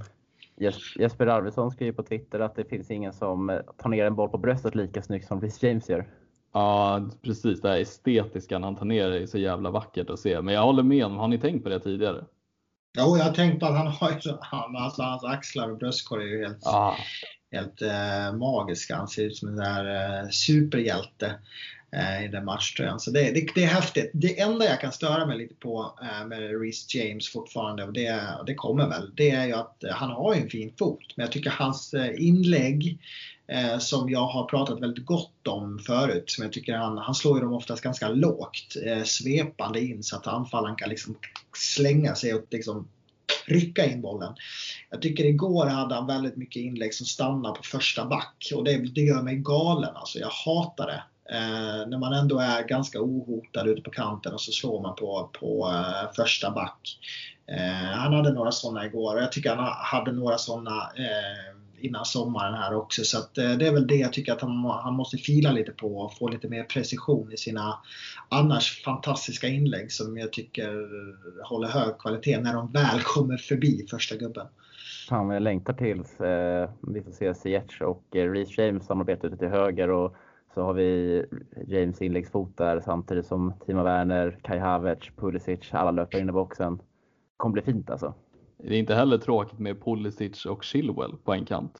Jesper Arvidsson skriver på Twitter att det finns ingen som tar ner en boll på bröstet lika snyggt som Reece James gör. Ja, precis. Det här estetiska när han tar ner det är så jävla vackert att se. Men jag håller med om, har ni tänkt på det tidigare? Jo, jag har tänkt på att han har ju, han, alltså, hans axlar och bröstkorg är ju helt, Ja. helt eh, magiska. Han ser ut som en där eh, superhjälte eh, i den matchtröjan. Så det, det, det är häftigt. Det enda jag kan störa mig lite på eh, med Reece James fortfarande, och det, det kommer väl, det är ju att eh, han har ju en fin fot. Men jag tycker hans eh, inlägg eh, som jag har pratat väldigt gott om förut, som jag tycker han, han slår ju dem oftast ganska lågt, eh, svepande in så att anfallaren kan liksom slänga sig och liksom rycka in bollen. Jag tycker igår hade han väldigt mycket inlägg som stannar på första back, och det, det gör mig galen. Alltså, jag hatar det. Eh, när man ändå är ganska ohotad ute på kanten och så slår man på, på eh, första back. Eh, han hade några sådana igår, och jag tycker han hade några sådana eh, innan sommaren här också. Så att, eh, det är väl det jag tycker att han, han måste fila lite på och få lite mer precision i sina annars fantastiska inlägg som jag tycker håller hög kvalitet när de väl kommer förbi första gubben. Fan, jag längtar till eh, vi får se Ziyech och eh, Reece James samarbete ute till höger, och så har vi James inläggsfot där samtidigt som Timo Werner, Kai Havertz, Pulisic, alla löper in i boxen. Det kommer bli fint alltså. Det är inte heller tråkigt med Pulisic och Chilwell på en kant.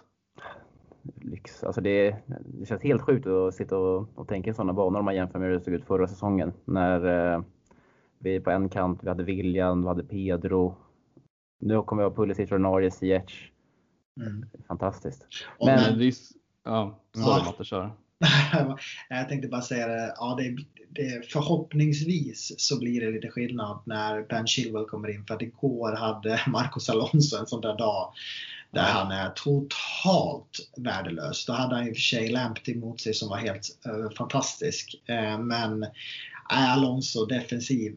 Lyx. Alltså det, det känns helt sjukt att sitta och, och tänka i sådana banor om man jämför med hur det såg ut förra säsongen. När eh, vi på en kant, vi hade Willian, vi hade Pedro. Nu kommer vi ha Pulisic, Ronario, Ziyech. Mm. Fantastiskt. Men, Men, men ja, sorry ja. Matte, kör. Jag tänkte bara säga det, ja, det, det, förhoppningsvis så blir det lite skillnad när Ben Chilwell kommer in, för att igår hade Marcos Alonso en sån där dag där han är totalt värdelös. Då hade han ju för sig Lamptey mot sig som var helt uh, fantastisk, uh, men uh, Alonso defensiv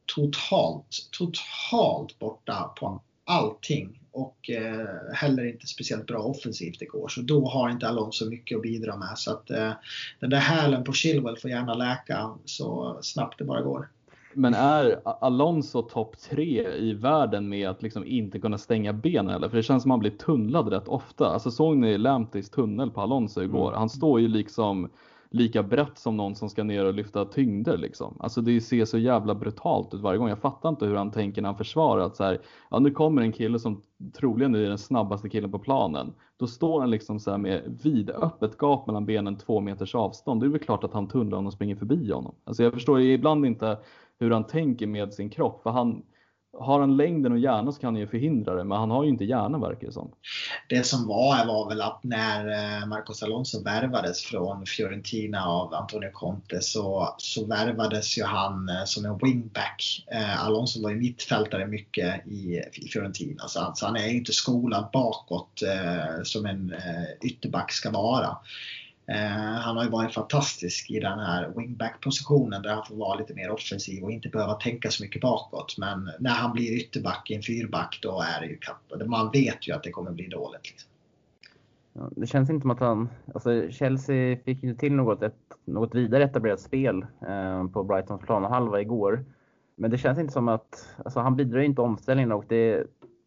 totalt, totalt borta på allting, och eh, heller inte speciellt bra offensivt igår. Så då har inte Alonso mycket att bidra med. Så att eh, den där hälen på Chilwell får gärna läka så snabbt det bara går. Men är Alonso topp tre i världen med att liksom inte kunna stänga benen? Eller? För det känns som att han blir tunnlad rätt ofta. Alltså såg ni Lampteys tunnel på Alonso igår? Mm. Han står ju liksom lika brett som någon som ska ner och lyfta tyngder liksom. Alltså det ser så jävla brutalt ut varje gång. Jag fattar inte hur han tänker när han försvarar att så här, ja, nu kommer en kille som troligen är den snabbaste killen på planen. Då står han liksom så här med vidöppet gap mellan benen, två meters avstånd. Det är väl klart att han tunnlar och springer förbi honom. Alltså jag förstår ibland inte hur han tänker med sin kropp, för han har han längden och hjärnan så kan han ju förhindra det, men han har ju inte hjärnan, verkar det som. Det som var var väl att när Marcos Alonso värvades från Fiorentina av Antonio Conte, så, så värvades ju han som en wingback. Alonso var ju mittfältare mycket i, i Fiorentina, så alltså han är ju inte skolad bakåt eh, som en eh, ytterback ska vara. Uh, han har ju varit fantastisk i den här wingback-positionen där han får vara lite mer offensiv och inte behöva tänka så mycket bakåt. Men när han blir ytterback i en fyrback, då är det ju kapp. Man vet ju att det kommer bli dåligt. Liksom. Ja, det känns inte som att han... Alltså Chelsea fick inte till något, ett, något vidare etablerat spel eh, på Brightons planhalva igår. Men det känns inte som att... Alltså han bidrar inte omställningen, och det...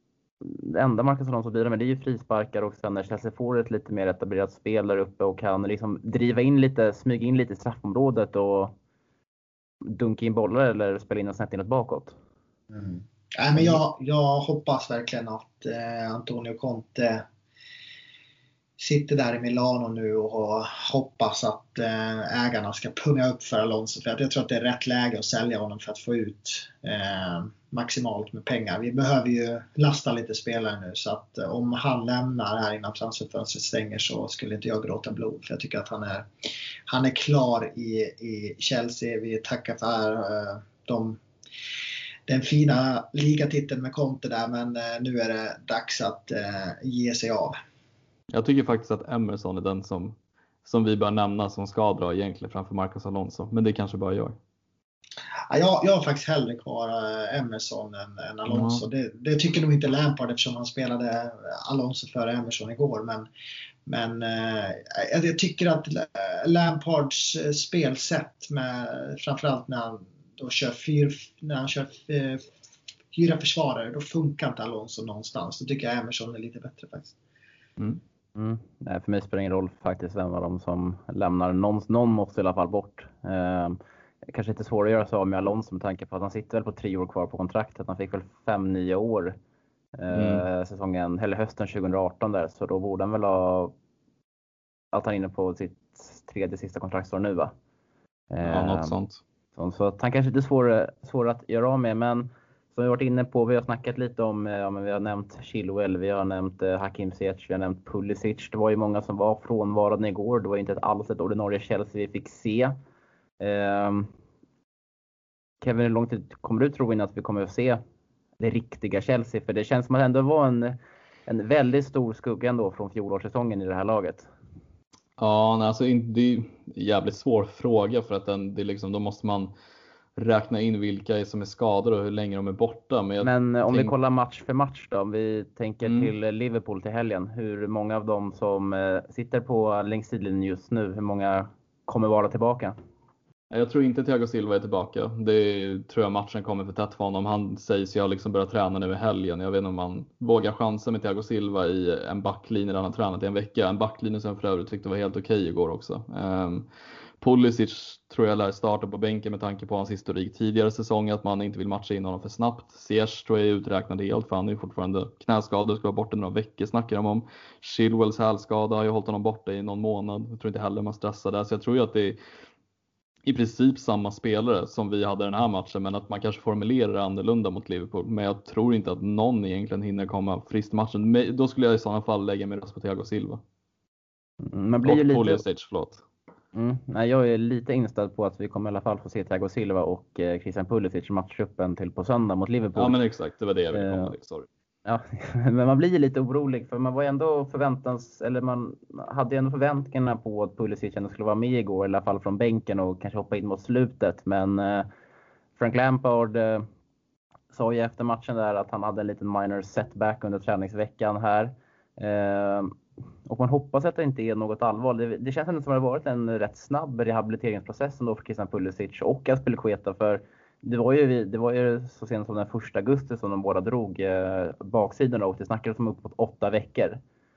Det enda Marcus Alonso bidrar med, det är ju frisparkar, och sen när Chelsea får ett lite mer etablerat spel där uppe och kan liksom driva in lite, smyga in lite i straffområdet och dunka in bollar eller spela in och snett inåt bakåt. Mm. Nej, men jag, jag hoppas verkligen att eh, Antonio Conte sitter där i Milano nu och hoppas att ägarna ska punga upp för Alonso. För jag tror att det är rätt läge att sälja honom för att få ut eh, maximalt med pengar. Vi behöver ju lasta lite spelare nu, så att om han lämnar här innan transferfönstret stänger så skulle inte jag gråta blod. För jag tycker att han är, han är klar i, i Chelsea. Vi tackar för eh, de den fina ligatiteln med Conte där, men nu är det dags att eh, ge sig av. Jag tycker faktiskt att Emerson är den som, som vi bör nämna som ska dra egentligen framför Marcos Alonso. Men det kanske bara jag. Ja, jag, jag har faktiskt hellre kvar Emerson än, än Alonso. Mm. Det, det tycker nog inte Lampard eftersom han spelade Alonso före Emerson igår. Men, men eh, jag tycker att Lampards spelsätt, med, framförallt när han då kör fyr, när han kör fyra försvarare, då funkar inte Alonso någonstans. Då tycker jag Emerson är lite bättre faktiskt. Mm. Mm. Nej, för mig spelar det ingen roll faktiskt vem av dem som lämnar. Någon, någon måste i alla fall bort. Eh, kanske inte svårt att göra så av med Alonso med tanke på att han sitter väl på tre år kvar på kontraktet. Han fick väl fem, nio år eh, mm. säsongen, eller hösten tjugo arton där. Så då borde han väl ha att han är inne på sitt tredje sista kontraktår nu, va? Eh, ja, något sånt. Så, så att han kanske inte är svår, svår att göra av med, men som vi har varit inne på, vi har snackat lite om, ja, men vi har nämnt Chilwell, vi har nämnt eh, Hakim Ziyech, vi har nämnt Pulisic. Det var ju många som var frånvarande igår. Det var inte alls ett ordinarie Chelsea vi fick se. Eh, Kevin, hur lång tid kommer du tro in att vi kommer att se det riktiga Chelsea? För det känns som att det ändå var en, en väldigt stor skugga ändå från fjolårssäsongen i det här laget. Ja, alltså det är en jävligt svår fråga, för att den, det liksom, då måste man räkna in vilka som är skadade och hur länge de är borta. Men, Men om tänk... vi kollar match för match då, om vi tänker mm. till Liverpool till helgen. Hur många av dem som sitter på längs sidlinjen just nu, hur många kommer vara tillbaka? Jag tror inte Thiago Silva är tillbaka. Det tror jag matchen kommer för tätt för honom. Han sägs ju ha liksom börjat träna nu i helgen. Jag vet inte om man vågar chansa med Thiago Silva i en backlinje där han har tränat i en vecka. En backlinje som för övrigt tyckte var helt okej igår också. Um, Pulisic tror jag lär starta på bänken med tanke på hans historik tidigare säsong, att man inte vill matcha in honom för snabbt. Ziyech tror jag är uträknad helt, för han är ju fortfarande knäskadad, ska vara borta några veckor snackar de om. Chilwells hälskada har ju hållit honom borta i någon månad. Jag tror inte heller man stressar där, så jag tror ju att det är i princip samma spelare som vi hade den här matchen, men att man kanske formulerar det annorlunda mot Liverpool. Men jag tror inte att någon egentligen hinner komma frisk matchen. Men då skulle jag i sådana fall lägga mig röst på Thiago Silva. Man blir ju lite... Pulisic, förlåt. Mm. Nej, jag är lite inställd på att vi kommer i alla fall få se Thiago Silva och eh, Christian Pulisic i matchuppen till på söndag mot Liverpool. Ja, men exakt, det var det jag ville komma till, sorry. Ja, men man blir lite orolig, för man var ändå förväntans, eller man hade ändå förväntningarna på att Pulisic ändå skulle vara med igår, i alla fall från bänken och kanske hoppa in mot slutet. Men eh, Frank Lampard eh, sa ju efter matchen där att han hade en liten minor setback under träningsveckan här. Eh, och man hoppas att det inte är något allvar. Det, det känns ändå som att det har varit en rätt snabb rehabiliteringsprocess då för Christian Pulisic och Azpilicueta, för det var ju, det var ju så sent som den första augusti som de båda drog eh, baksidan och det snackades om uppåt åtta veckor.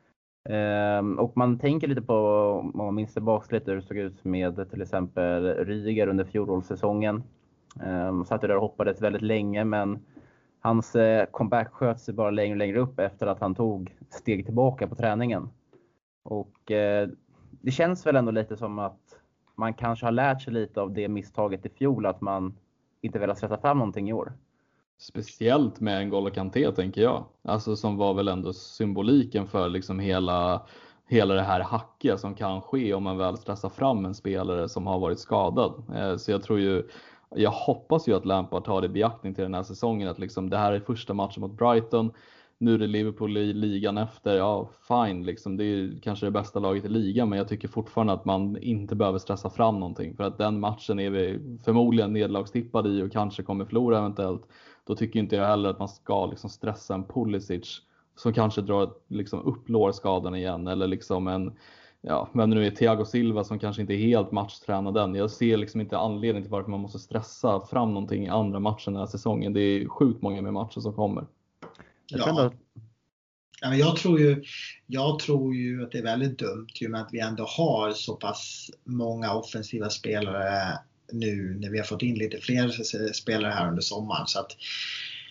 Eh, och man tänker lite på, om man minns tillbaka lite hur det såg ut med till exempel Rydiger under fjolårssäsongen. Eh, satt där och hoppades väldigt länge, men hans eh, comeback sköt sig bara längre och längre upp efter att han tog steg tillbaka på träningen. Och eh, det känns väl ändå lite som att man kanske har lärt sig lite av det misstaget i fjol, att man inte velat stressa fram någonting i år. Speciellt med N'Golo Kanté, tänker jag. Alltså som var väl ändå symboliken för liksom hela, hela det här hacket som kan ske om man väl stressar fram en spelare som har varit skadad. Så jag tror ju, jag hoppas ju att Lampard tar det i beaktning till den här säsongen, att liksom det här är första matchen mot Brighton. Nu är det Liverpool i ligan efter, ja fine, liksom, det är kanske det bästa laget i ligan, men jag tycker fortfarande att man inte behöver stressa fram någonting, för att den matchen är vi förmodligen nedlagstippade i och kanske kommer förlora eventuellt. Då tycker inte jag heller att man ska liksom stressa en Pulisic som kanske drar liksom upp lårskadan igen, eller liksom en, ja, men nu är Thiago Silva som kanske inte är helt matchtränad än. Jag ser liksom inte anledning till varför man måste stressa fram någonting i andra matchen den här säsongen. Det är sjukt många med matcher som kommer. Ja. Ja, men jag, tror ju, jag tror ju att det är väldigt dumt ju med att vi ändå har så pass många offensiva spelare nu när vi har fått in lite fler spelare här under sommaren. Så att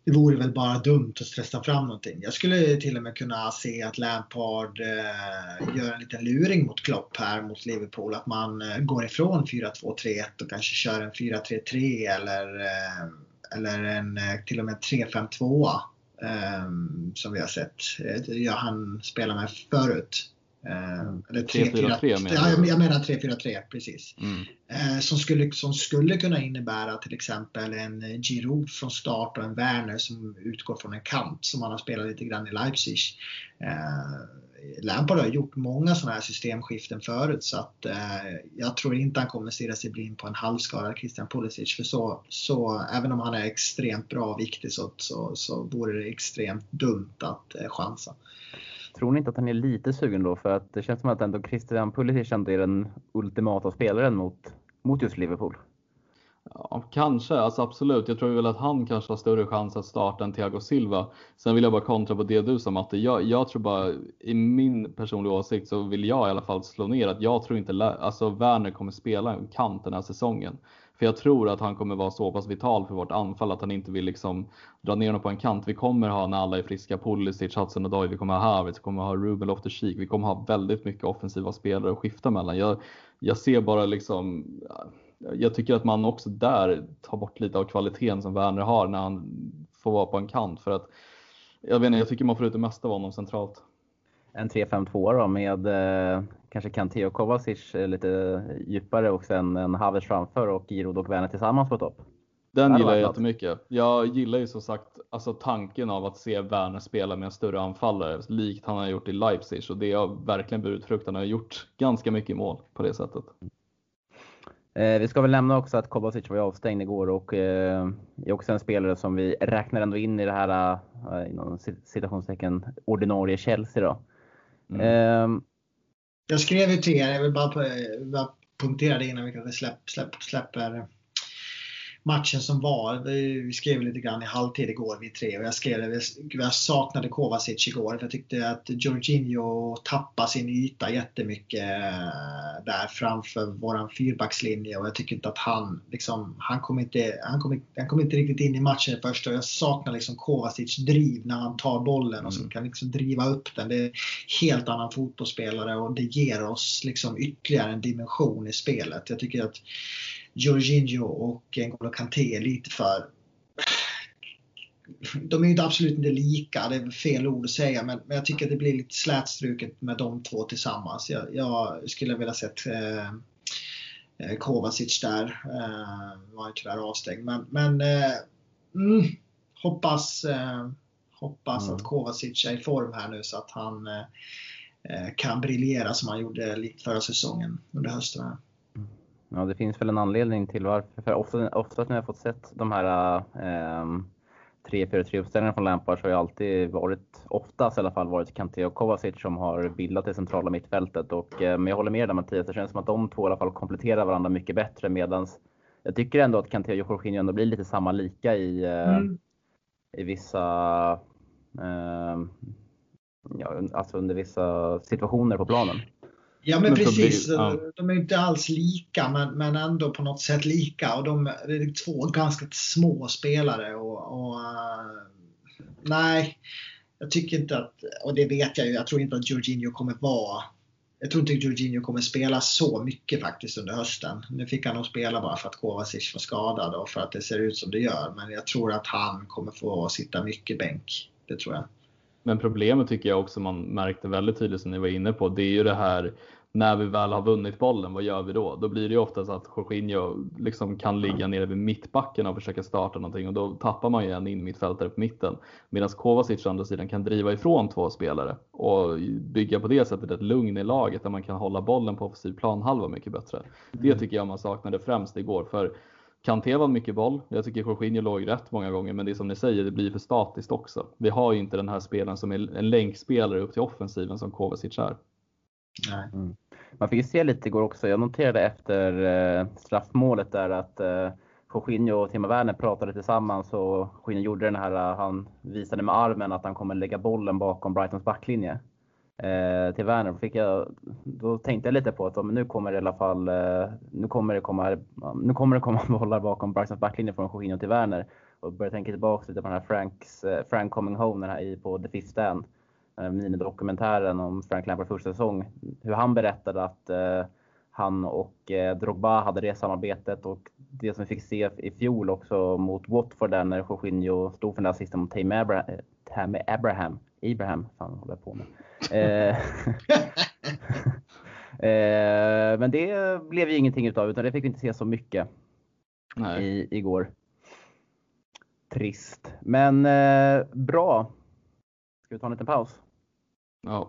det vore väl bara dumt att stressa fram någonting. Jag skulle till och med kunna se att Lampard eh, gör en liten luring mot Klopp här mot Liverpool. Att man eh, går ifrån fyra två tre ett och kanske kör en fyra tre tre eller, eh, eller en eh, till och med tre fem två eh, som vi har sett. Eh, han spelar med förut. Mm. Eller tre fyra tre menar jag, jag menar tre fyra tre, precis. Mm. Eh, som, skulle, som skulle kunna innebära till exempel en Giroud från start och en Werner som utgår från en kant som han har spelat lite grann i Leipzig. Eh, Lampard har gjort många sådana här systemskiften förut så att eh, jag tror inte han kommer stirra sig blind på en halvskadad Christian Pulisic, för så, så även om han är extremt bra och viktig så, så, så vore det extremt dumt att eh, chansa. Tror ni inte att han är lite sugen då? För att det känns som att ändå Christian Pulisic ändå är den ultimata spelaren mot, mot just Liverpool. Ja, kanske, alltså absolut. Jag tror väl att han kanske har större chans att starta än Thiago Silva. Sen vill jag bara kontra på det du sa, Matte. Jag, jag tror bara, i min personliga åsikt så vill jag i alla fall slå ner att jag tror inte alltså Werner kommer spela en kant den här säsongen. För jag tror att han kommer vara så pass vital för vårt anfall att han inte vill liksom dra ner honom på en kant. Vi kommer ha, när alla är friska, Pulisic, Hudson och Odoi, vi kommer ha Havertz, vi kommer ha Ruben Loftus-Cheek. Vi kommer ha väldigt mycket offensiva spelare att skifta mellan. Jag, jag ser bara liksom, jag tycker att man också där tar bort lite av kvaliteten som Werner har när han får vara på en kant. För att, jag vet inte, jag tycker man får ut det mesta av honom centralt. En tre fem två då med eh, kanske Kanté och Kovacic lite djupare och sen en Havertz framför och Giroud och Werner tillsammans på topp. Den gillar jag jättemycket. Jag gillar ju som sagt alltså tanken av att se Werner spela med en större anfallare likt han har gjort i Leipzig, och det har verkligen burit frukt. Han har gjort ganska mycket mål på det sättet. Eh, vi ska väl nämna också att Kovacic var avstängd igår och eh, är också en spelare som vi räknar ändå in i det här eh, inom citationstecken ordinarie Chelsea då. Mm. Eh, jag skrev ju till er, jag vill bara, bara punktera det innan vi kanske släpp, släpp, släpper matchen som var. Vi skrev lite grann i halvtid igår vid tre och jag skrev det. Jag saknade Kovacic igår för jag tyckte att Jorginho tappade sin yta jättemycket där framför våran fyrbackslinje och jag tycker inte att han liksom, han kom inte, han kom, han kom inte riktigt in i matchen först och jag saknar liksom Kovacic driv när han tar bollen och så kan liksom driva upp den. Det är helt annan fotbollsspelare och det ger oss liksom ytterligare en dimension i spelet. Jag tycker att Jorginho och N'Golo Kanté är lite för... De är ju inte absolut inte lika, det är fel ord att säga, men, men jag tycker att det blir lite slätstruket med de två tillsammans. Jag, jag skulle vilja sett eh, Kovacic där, eh, var ju tyvärr avstängd. Men, men eh, mm, hoppas, eh, hoppas mm. att Kovacic är i form här nu så att han eh, kan briljera som han gjorde likt förra säsongen under hösten här. Ja, det finns väl en anledning till varför. För ofta, ofta när jag har fått sett de här eh, tre fyra tre uppställningarna från Lampard så har jag alltid varit, oftast i alla fall, varit Kanté och Kovacic som har bildat det centrala mittfältet. Och, eh, men jag håller med där, Mattias, det känns som att de två i alla fall kompletterar varandra mycket bättre. Medans jag tycker ändå att Kanté och Jorginho ändå blir lite samma lika i, eh, mm. i vissa... Eh, ja, alltså under vissa situationer på planen. Ja men, men precis, blir, ja. De är inte alls lika men, men ändå på något sätt lika och de det är två ganska små spelare och, och uh, nej, jag tycker inte att, och det vet jag ju, jag tror inte att Jorginho kommer vara, jag tror inte att Jorginho kommer spela så mycket faktiskt under hösten. Nu fick han nog spela bara för att Kovacic var skadad och för att det ser ut som det gör, men jag tror att han kommer få sitta mycket bänk, det tror jag. Men problemet tycker jag också man märkte väldigt tydligt som ni var inne på, det är ju det här när vi väl har vunnit bollen, vad gör vi då? Då blir det ju ofta så att Jorginho liksom kan ligga nere vid mittbacken och försöka starta någonting och då tappar man ju en in mittfältare på mitten. Medan Kovacic å andra sidan kan driva ifrån två spelare och bygga på det sättet ett lugn i laget där man kan hålla bollen på offensiv planhalva mycket bättre. Det tycker jag man saknade främst igår, för Kanté var mycket boll. Jag tycker Jorginho låg rätt många gånger, men det är som ni säger, det blir för statiskt också. Vi har ju inte den här spelaren som är en länkspelare upp till offensiven som Kovacic är. Nej. Mm. Man fick ju se lite igår också. Jag noterade efter eh, straffmålet där att eh, Jorginho och Timo Werner pratade tillsammans och Jorginho gjorde den här, han visade med armen att han kommer lägga bollen bakom Brightons backlinje eh, till Werner. Då, fick jag, då tänkte jag lite på att nu kommer det i alla fall eh, nu kommer det komma nu kommer det komma bollar bakom Brightons backlinje från Jorginho till Werner. och började tänka tillbaka lite på den här Franks, eh, Frank Coming Home, den här i på The Fifth Stand. Minidokumentären om Frank Lampard första säsong. Hur han berättade att eh, han och eh, Drogba hade det samarbetet, och det som vi fick se i fjol också mot Watford där när Jorginho stod för den där sista mot Tammy Abraham. Tammy Abraham. Abraham, fan håller jag på med. eh, eh, men det blev ju ingenting utav, utan det fick vi inte se så mycket. Nej. I, igår. Trist. Men eh, bra. Ska vi ta en liten paus? Ja.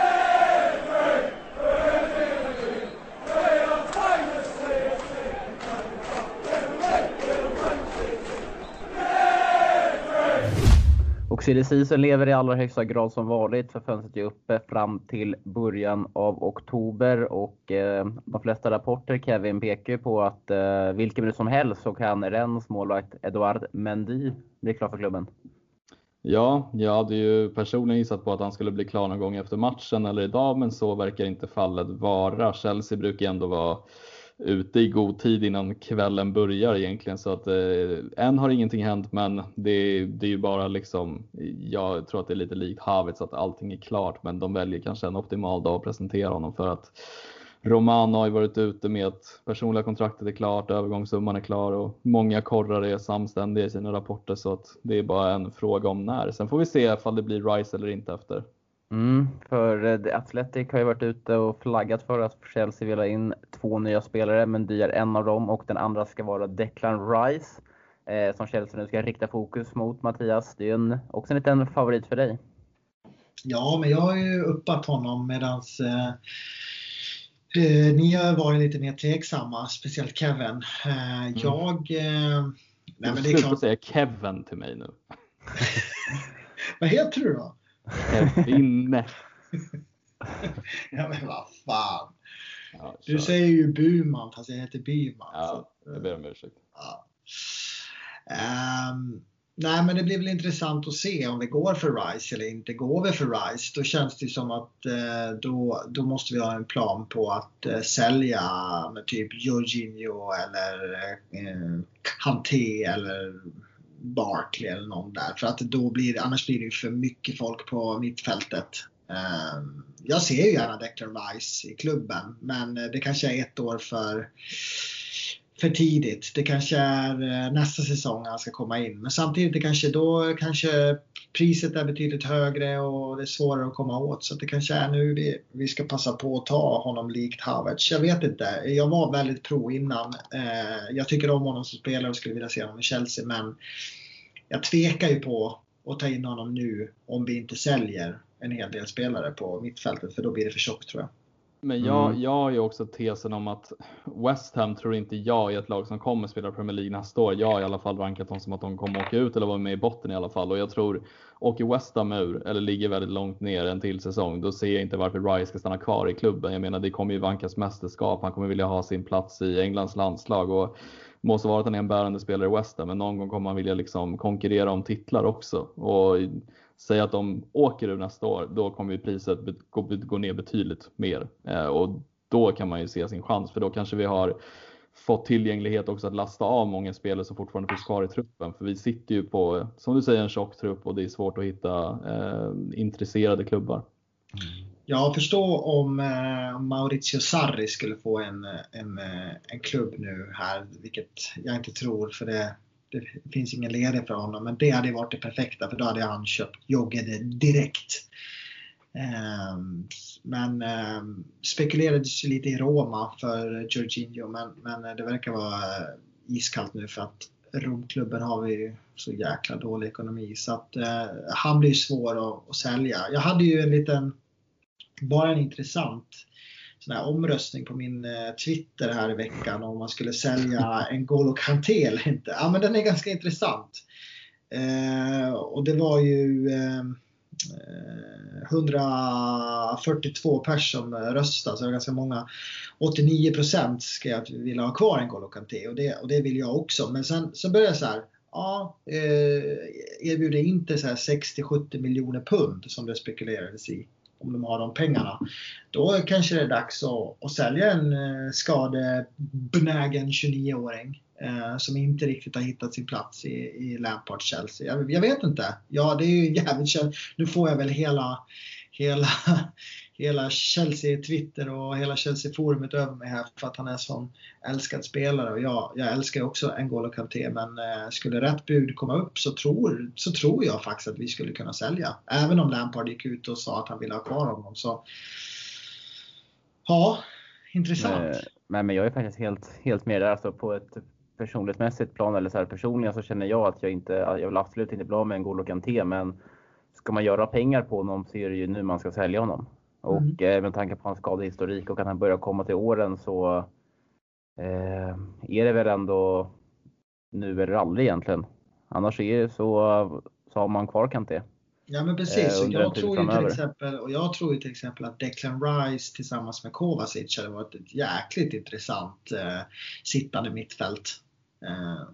Och silly season lever i allra högsta grad som vanligt, för fönstret är uppe fram till början av oktober, och eh, de flesta rapporter, Kevin, pekar på att eh, vilken minut som helst så kan Rennes målvakt Edouard Mendy bli klar för klubben. Ja, jag hade ju personligen gissat på att han skulle bli klar någon gång efter matchen eller idag, men så verkar inte fallet vara. Chelsea brukar ändå vara ute i god tid innan kvällen börjar egentligen, så att eh, än har ingenting hänt, men det, det är ju bara liksom, jag tror att det är lite likt Havertz att allting är klart, men de väljer kanske en optimal dag att presentera honom, för att Romano har ju varit ute med att personliga kontraktet är klart, övergångssumman är klar och många korrar är samständiga i sina rapporter, så att det är bara en fråga om när. Sen får vi se ifall det blir Rice eller inte efter. Mm, för The Athletic har ju varit ute och flaggat för att Chelsea vill ha in två nya spelare, men det är en av dem, och den andra ska vara Declan Rice eh, som Chelsea nu ska rikta fokus mot. Mattias, det är ju en, också en liten favorit för dig. Ja, men jag har ju uppat honom medans eh, eh, ni har varit lite mer tveksamma, speciellt Kevin. Eh, mm. Jag... Eh, nej, men det är klart att säga Kevin till mig nu. Vad heter du då? Kevin. Ja, men vad fan. Ja, du säger ju Buman fast jag heter Byman. Ja, jag ber om ursäkt. Ja. Um, nej, men det blir väl intressant att se om vi går för Rice eller inte. Går vi för Rice, då känns det som att eh, då, då måste vi ha en plan på att eh, sälja med typ Jorginho eller eh, Kanté eller Barkley eller någon där. För att då blir, annars blir det för mycket folk på mittfältet. Um, jag ser ju gärna Declan Rice i klubben, men det kanske är ett år för för tidigt. Det kanske är nästa säsong han ska komma in. Men samtidigt det kanske då kanske priset är betydligt högre och det är svårare att komma åt. Så det kanske är nu vi, vi ska passa på att ta honom likt Havertz. Jag vet inte. Jag var väldigt pro innan. Eh, jag tycker om honom som spelare och skulle vilja se honom i Chelsea. Men jag tvekar ju på att ta in honom nu om vi inte säljer en hel del spelare på mittfältet. För då blir det för tjockt, tror jag. Men jag, mm. jag har ju också tesen om att West Ham tror inte jag är ett lag som kommer spela Premier League nästa år. Jag har i alla fall rankat dem som att de kommer åka ut eller vara med i botten i alla fall. Och jag tror, åker West Ham ur eller ligger väldigt långt ner en till säsong, då ser jag inte varför Rice ska stanna kvar i klubben. Jag menar, det kommer ju vankas mästerskap. Han kommer vilja ha sin plats i Englands landslag och måste vara att han är en bärande spelare i West Ham. Men någon gång kommer han vilja liksom konkurrera om titlar också. Och säga att de åker ur nästa år, då kommer ju priset gå, gå ner betydligt mer. Eh, och då kan man ju se sin chans, för då kanske vi har fått tillgänglighet också att lasta av många spelare som fortfarande finns kvar i truppen. För vi sitter ju på, som du säger, en tjock trupp och det är svårt att hitta eh, intresserade klubbar. Jag förstår om eh, Maurizio Sarri skulle få en, en, en klubb nu här, vilket jag inte tror, för det Det finns ingen ledig för honom, men det hade varit det perfekta, för då hade han köpt Jogge direkt. Um, men um, spekulerades lite i Roma för Jorginho, men, men det verkar vara iskallt nu för att Romklubben har vi så jäkla dålig ekonomi, så att uh, han blir svår att, att sälja. Jag hade ju en liten, bara en intressant sån här omröstning på min eh, Twitter här i veckan om man skulle sälja en N'Golo Kanté eller inte. Ja, men den är ganska intressant. Eh, och det var ju eh, hundrafyrtiotvå pers som röstade, så det var ganska många. åttionio procent ska jag vilja ha kvar en N'Golo Kanté, och det, och det vill jag också. Men sen så började jag så här, ja, eh, erbjuder inte så här sextio till sjuttio miljoner pund som det spekulerades i. Om de har de pengarna, då kanske det är dags att, att sälja en skadebenägen tjugonio-åring. eh, som inte riktigt har hittat sin plats i, i Lampard Chelsea. Jag, jag vet inte. Ja, det är ju jävligt. Nu får jag väl hela hela hela Chelsea Twitter och hela Chelsea forumet över mig här för att han är sån älskad spelare, och jag, jag älskar också N'Golo Kanté, men eh, skulle rätt bud komma upp så tror, så tror jag faktiskt att vi skulle kunna sälja. Även om Lampard gick ut och sa att han ville ha kvar honom, så ja, intressant. Men, men, men jag är faktiskt helt, helt med där, alltså på ett personligt mässigt plan, eller så här personligen så känner jag att jag inte, jag vill absolut inte bli av med N'Golo Kanté, men ska man göra pengar på honom så är det ju nu man ska sälja honom. Och mm. eh, med tanke på hans skadehistorik och att han börjar komma till åren, så eh, är det väl ändå nu eller aldrig egentligen. Annars är det så, så har man kvar Kanté. Ja, men precis. Eh, jag tror ju till exempel, och jag tror ju till exempel att Declan Rice tillsammans med Kovacic hade varit ett jäkligt intressant eh, sittande mittfält. Eh,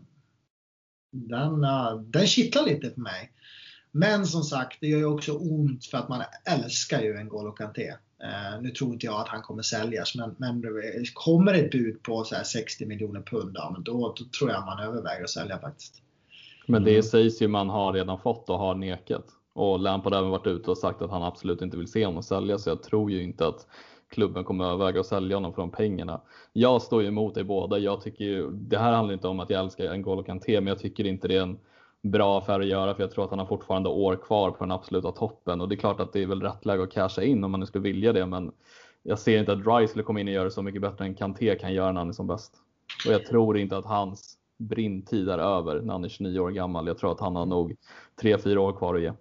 den, uh, den kittlar lite för mig. Men som sagt, det gör ju också ont för att man älskar ju N'Golo Kanté. Uh, nu tror inte jag att han kommer säljas, men, men kommer ett bud på så här sextio miljoner pund, ja, men då, då tror jag man överväger att sälja faktiskt. Men det sägs ju man har redan fått och har nekat. Och Lampard har även varit ute och sagt att han absolut inte vill se honom sälja, så jag tror ju inte att klubben kommer överväga att sälja honom för de pengarna. Jag står ju emot det båda. Jag tycker ju, det här handlar inte om att jag älskar N'Golo Kanté, men jag tycker inte det är en bra affär att göra, för jag tror att han har fortfarande år kvar på den absoluta toppen, och det är klart att det är väl rätt läge att casha in om man nu skulle vilja det, men jag ser inte att Rice skulle komma in och göra så mycket bättre än Kanté kan göra när han är som bäst. Och jag tror inte att hans brintid är över när han är tjugonio år gammal. Jag tror att han har nog tre fyra år kvar att ge.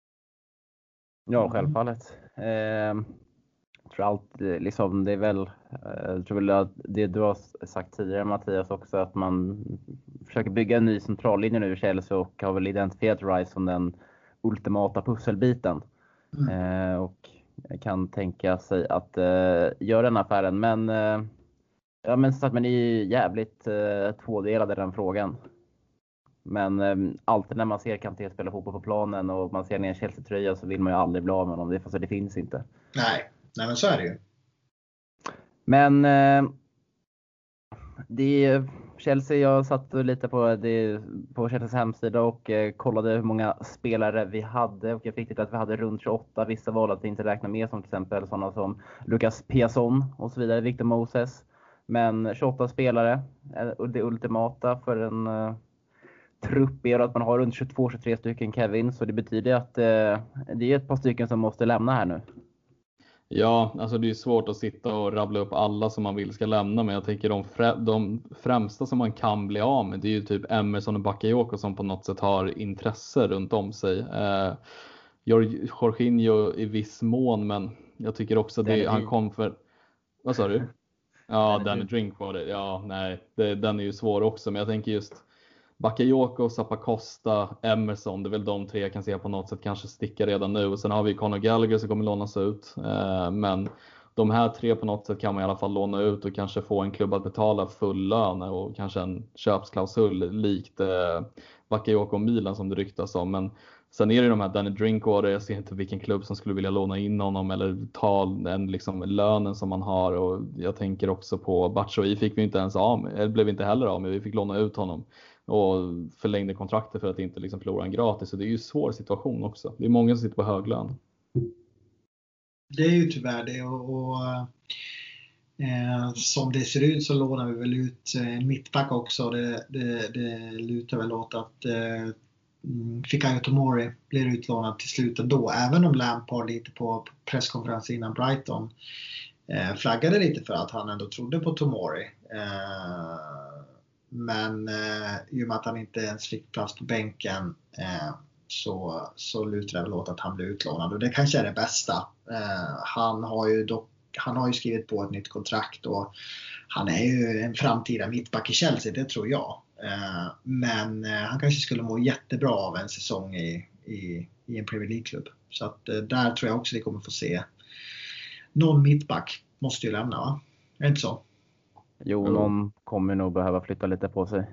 Ja, självfallet. Eh, jag tror allt, liksom, det är väl, eh, jag tror väl att det du har sagt tidigare, Mattias, också, att man försöker bygga en ny centrallinje nu i Chelsea och har väl identifierat Rice som den ultimata pusselbiten. Mm. Eh, och kan tänka sig att eh, göra den affären. Men, eh, ja, men, så att man är jävligt eh, tvådelad i den frågan. Men eh, alltid när man ser Kanté spela fotboll på planen och man ser en Chelsea-tröja, så vill man ju aldrig bli av med honom. Det, fast det finns inte. Nej, nej men så är det ju. Men eh, det är Chelsea, jag satt lite på, det, på Chelseas hemsida och eh, kollade hur många spelare vi hade. Och jag fick det att vi hade runt tjugoåtta. Vissa valde att inte räkna med, som till exempel sådana som Lucas Piasson och så vidare, Victor Moses. Men tjugoåtta spelare, det ultimata för en eh, trupp är att man har runt tjugotvå tjugotre stycken Kevin. Så det betyder att eh, det är ett par stycken som måste lämna här nu. Ja, alltså det är svårt att sitta och rabbla upp alla som man vill ska lämna, men jag tänker de, frä, de främsta som man kan bli av med, det är ju typ Emerson och Bakayoko som på något sätt har intresse runt om sig. Eh, Jorginho i viss mån, men jag tycker också det, han kom för... Vad sa du? Ja, Danny Drinkwater. Ja, nej, det, den är ju svår också, men jag tänker just Bakayoko, Zappacosta, Emerson, det är väl de tre jag kan se på något sätt kanske sticka redan nu. Och sen har vi Conor Gallagher som kommer lånas ut. Eh, men de här tre på något sätt kan man i alla fall låna ut och kanske få en klubb att betala full lön och kanske en köpsklausul likt eh, Bakayoko och Milan som det ryktas om. Men sen är det de här Danny Drinkwater, jag ser inte vilken klubb som skulle vilja låna in honom eller ta den liksom lönen som man har. Och jag tänker också på Batshuayi fick vi inte ens av med, eller blev inte heller av med, vi fick låna ut honom. Och förlängde kontraktet för att inte liksom förlora en gratis. Så det är ju en svår situation också. Det är många som sitter på hög lön. Det är ju tyvärr det. Och, och eh, som det ser ut så lånar vi väl ut en mittback också. Det, det, det lutar väl åt att eh, Fikayo Tomori blir utlånad till slut ändå. Även om Lampard lite på presskonferensen innan Brighton eh, flaggade lite för att han ändå trodde på Tomori. Eh, Men eh, i och med att han inte ens fick plats på bänken eh, så, så lutar det väl åt att han blir utlånad. Och det kanske är det bästa. Eh, han, har ju dock, han har ju skrivit på ett nytt kontrakt och han är ju en framtida mittback i Chelsea, det tror jag. Eh, men eh, han kanske skulle må jättebra av en säsong i, i, i en Premier League-klubb. Så att, eh, där tror jag också vi kommer få se någon mittback måste ju lämna, va? Är det inte så? Jo, mm. någon kommer nog behöva flytta lite på sig.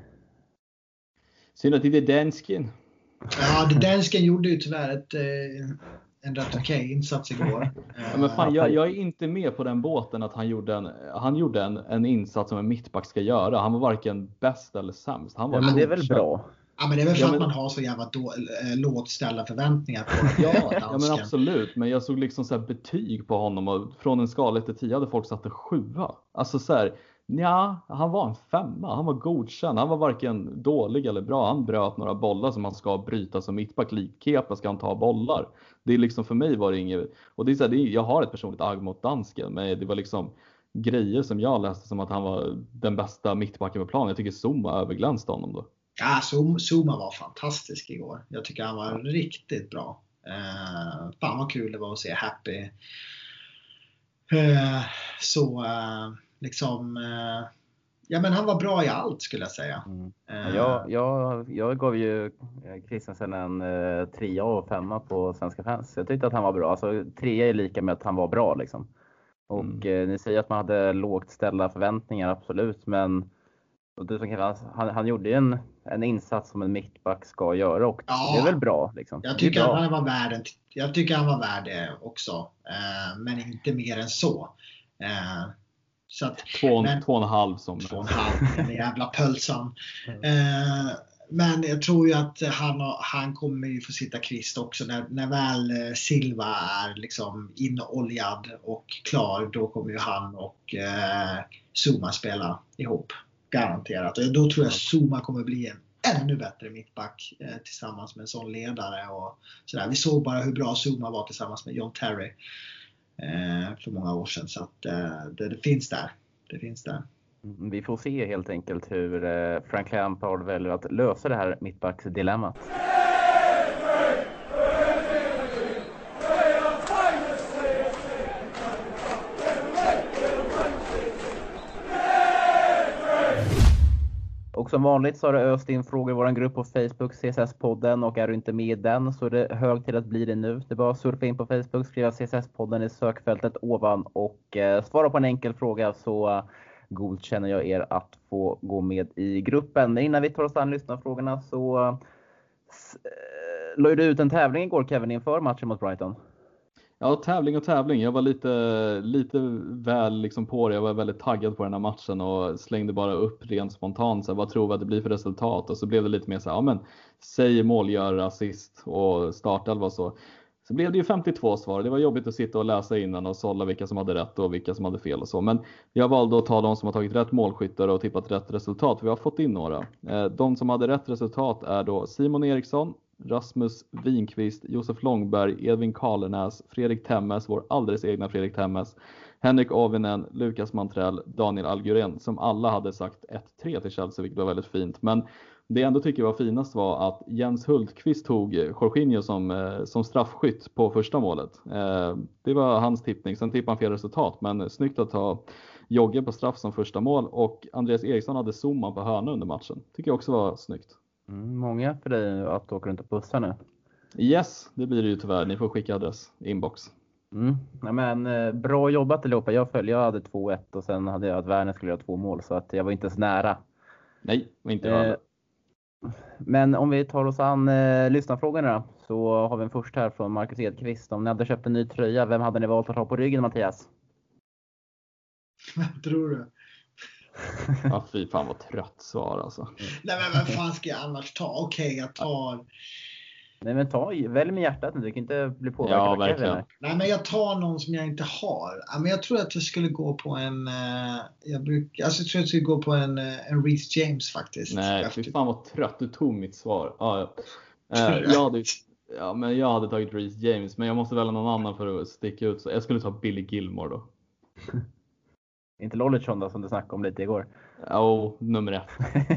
Synd att det är dansken. Ja, det dansken gjorde ju tyvärr ett, en rätt okej insats igår. Ja, men fan, jag, jag är inte med på den båten att han gjorde en, han gjorde en, en insats som en mittback ska göra. Han var varken bäst eller sämst. Han var ja, men det är väl bra. Ja, men det är väl för ja, att men... man har så jävla då, äh, lågt ställda förväntningar på ja, ja, men absolut. Men jag såg liksom så här betyg på honom och från en skala ett till tio hade folk satt en sjua. Alltså så här, ja, han var en femma. Han var godkänd. Han var varken dålig eller bra. Han bröt några bollar som han ska bryta som mittback. Likkepa ska han ta bollar. Det är liksom för mig var det inget. Och det är så här, det är, jag har ett personligt agg mot dansken. Men det var liksom grejer som jag läste som att han var den bästa mittbacken på planen. Jag tycker Zuma överglänste honom då. Ja, Zuma var fantastisk igår. Jag tycker han var riktigt bra. Uh, fan vad kul det var att se Happy. Uh, så uh, liksom uh, ja, men han var bra i allt skulle jag säga. Mm. Uh, jag, jag, jag gav ju Christensen en uh, trea och femma på Svenska fans. Jag tyckte att han var bra. Alltså trea är lika med att han var bra liksom. Och mm. uh, ni säger att man hade lågt ställda förväntningar, absolut. Men och du, han, han gjorde ju en, en insats som en mittback ska göra och ja, det är väl bra. Liksom. Jag tycker att han var värd, jag tycker han var värd det också. Eh, men inte mer än så. Eh, så att, två, men, två och en halv som två och en halv, den jävla pölsan. Eh, men jag tror ju att han, han kommer ju få sitta kvist också. När, när väl Silva är liksom inoljad och klar, då kommer ju han och eh, Zuma spela ihop. Garanterat. Och då tror jag Zuma kommer bli en ännu bättre mittback eh, tillsammans med en sån ledare och sådär. Vi såg bara hur bra Zuma var tillsammans med John Terry eh, för många år sedan. Så att eh, det, det finns där. Det finns där. Vi får se helt enkelt hur eh, Frank Lampard väljer att lösa det här mittbacksdilemmat. Och som vanligt så har det öst in frågor i vår grupp på Facebook, C S S-podden, och är du inte med i den så är det hög tid att bli det nu. Det är bara att surfa in på Facebook, skriva C S S-podden i sökfältet ovan och eh, svara på en enkel fråga, så uh, godkänner jag er att få gå med i gruppen. Men innan vi tar oss an lyssnarfrågorna så uh, la du ut en tävling igår, Kevin, inför matchen mot Brighton. Ja, tävling och tävling. Jag var lite, lite väl liksom på det. Jag var väldigt taggad på den här matchen och slängde bara upp rent spontant. Så här, vad tror vi att det blir för resultat? Och så blev det lite mer så här, ja men säg mål, gör assist och startelva och så. Så blev det ju femtiotvå svar. Det var jobbigt att sitta och läsa innan och sålla vilka som hade rätt och vilka som hade fel och så. Men jag valde att ta de som har tagit rätt målskyttar och tippat rätt resultat. För vi har fått in några. De som hade rätt resultat är då Simon Eriksson, Rasmus Winqvist, Josef Långberg, Edvin Karlenäs, Fredrik Temmes, vår alldeles egna Fredrik Temmes, Henrik Ovinen, Lukas Mantrell, Daniel Algren, som alla hade sagt ett tre till Chelsea, vilket var väldigt fint. Men det jag ändå tycker var finast var att Jens Hultqvist tog Jorginho som, som straffskytt på första målet. Det var hans tippning, sen tippade han fel resultat, men snyggt att ta Jogge på straff som första mål, och Andreas Eriksson hade Zuma på hörna under matchen. Tycker jag också var snyggt. Mm, många för dig att åka runt och pussa nu. Yes, det blir det ju tyvärr. Ni får skicka adress, inbox. Mm. Ja, men, eh, bra jobbat allihopa. Jag följde, jag hade två ett och sen hade jag att Werner skulle göra två mål. Så att jag var inte så nära. Nej, inte jag. Eh, men om vi tar oss an eh, lyssnarfrågorna, så har vi en först här från Marcus Edqvist. Om ni hade köpt en ny tröja, vem hade ni valt att ha på ryggen, Mattias? Vem tror du? Ja, fy fan vad trött svar alltså. Nej, men vad fan ska jag annars ta? Okej, okay, jag tar... Nej, men ta, välj med hjärtat nu. Du kan inte bli påverkad. Ja, verkligen. Nej, men jag tar någon som jag inte har. Ja, men jag tror att jag skulle gå på en... Jag, bruk, alltså, jag tror att jag skulle gå på en, en Reece James faktiskt. Nej, fy fan vad trött. Du tog mitt svar. Ja, ja. Eh, jag, hade, ja, men jag hade tagit Reece James, men jag måste välja någon annan för att sticka ut. Så jag skulle ta Billy Gilmore då. Inte Lollichon då, som du snackade om lite igår. Ja, oh, nummer ett.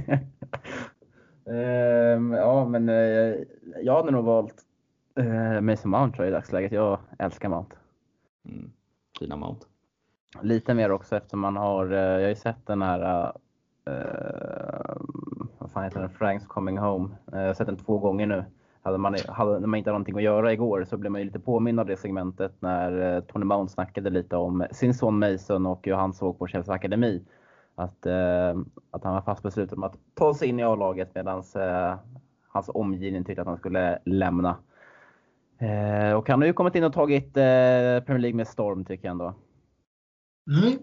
um, ja, men uh, jag hade nog valt uh, Mason Mount tror jag, i dagsläget. Jag älskar Mount. Mm, fina Mount. Lite mer också eftersom man har, uh, jag har ju sett den här, uh, vad fan heter den, Frank's Coming Home. Uh, jag har sett den två gånger nu. Hade man, hade, när man inte hade någonting att göra igår så blev man ju lite påmind av det segmentet när eh, Tony Mount snackade lite om sin son Mason och hur han såg på Chelsea Akademi. Att, eh, att han var fast besluten om att ta sig in i A-laget medan eh, hans omgivning tyckte att han skulle lämna. Eh, och han har ju kommit in och tagit eh, Premier League med storm tycker jag ändå. Mm.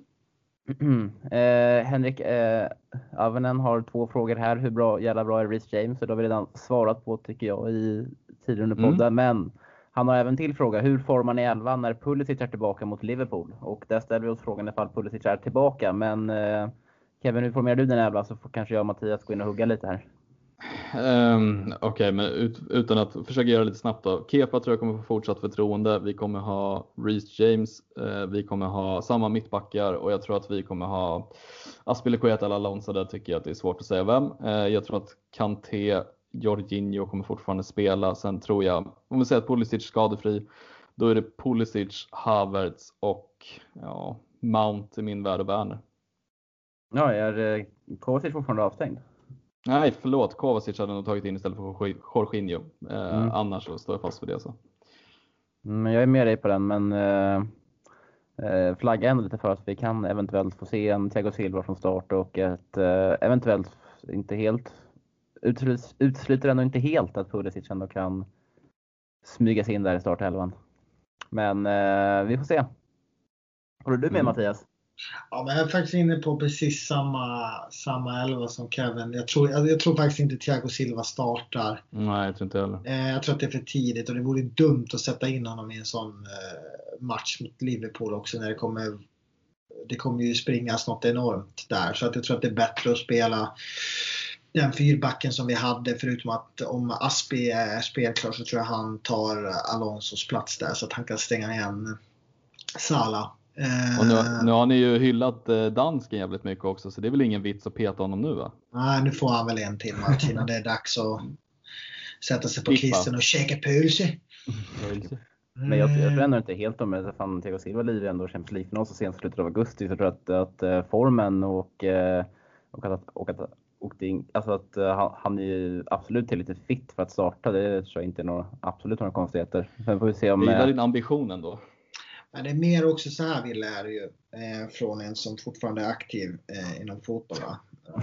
eh, Henrik eh, Avenen har två frågor här. Hur bra, jävla bra är Reece James? Så det har vi redan svarat på tycker jag i tidigare under podden. Mm. Men han har även till fråga. Hur formar ni elvan när Pulisic är tillbaka mot Liverpool? Och där ställer vi oss frågan ifall Pulisic är tillbaka. Men eh, Kevin, hur formerar du den elva? Så får kanske jag och Mattias gå in och hugga lite här. Um, Okej, okay, men ut, utan att försöka göra lite snabbt då. Kepa tror jag kommer få fortsatt förtroende. Vi kommer ha Reece James. Uh, vi kommer ha samma mittbackar. Och jag tror att vi kommer ha Azpilicueta eller Alonso. Där tycker jag att det är svårt att säga vem. Uh, jag tror att Kanté, Jorginho kommer fortfarande spela. Sen tror jag, om vi säger att Pulisic är skadefri, då är det Pulisic, Havertz och ja, Mount i min värld och Werner. Ja, är uh, Kovacic fortfarande avstängd? Nej, förlåt. Kovacic hade nog tagit in istället för Jorginho. Eh, mm. Annars så står jag fast för det. Så. Mm, jag är med dig på den, men eh, flagga ändå lite för att vi kan eventuellt få se en Thiago Silva från start och ett eh, eventuellt, inte helt, utesluter, utesluter ändå inte helt att Pulisic ändå kan smyga sig in där i startelvan. Men eh, vi får se. Håller du med mm. Mattias? Ja, men jag är faktiskt inne på precis samma, samma elva som Kevin. Jag tror, jag, jag tror faktiskt inte Thiago Silva startar. Nej, jag tror inte heller. Eh, jag tror att det är för tidigt och det vore dumt att sätta in honom i en sån eh, match mot Liverpool också när det kommer, det kommer ju springas något enormt där. Så att jag tror att det är bättre att spela den fyrbacken som vi hade, förutom att om Aspi är spelklar så tror jag han tar Alonsos plats där så att han kan stänga igen Salah. Och nu, nu har ni ju hyllat dansken jävligt mycket också, så det är väl ingen vits att peta honom nu, va? Nej, nu får han väl en till match innan det är dags att sätta sig på kvisten och käka pulse. Men jag, jag tror ändå inte helt om det. Fan, Thiago Silva liv ändå Champions League-final så sent slutet av augusti. Så jag tror att, att formen och, och att, och att, och det, alltså att han, han är absolut till lite fit för att starta. Det tror jag inte är några, absolut några konstigheter. Sen får vi se om... Det är din ambition ändå. Men det är mer också så här vi lär ju eh, från en som fortfarande är aktiv eh, inom fotboll. Va?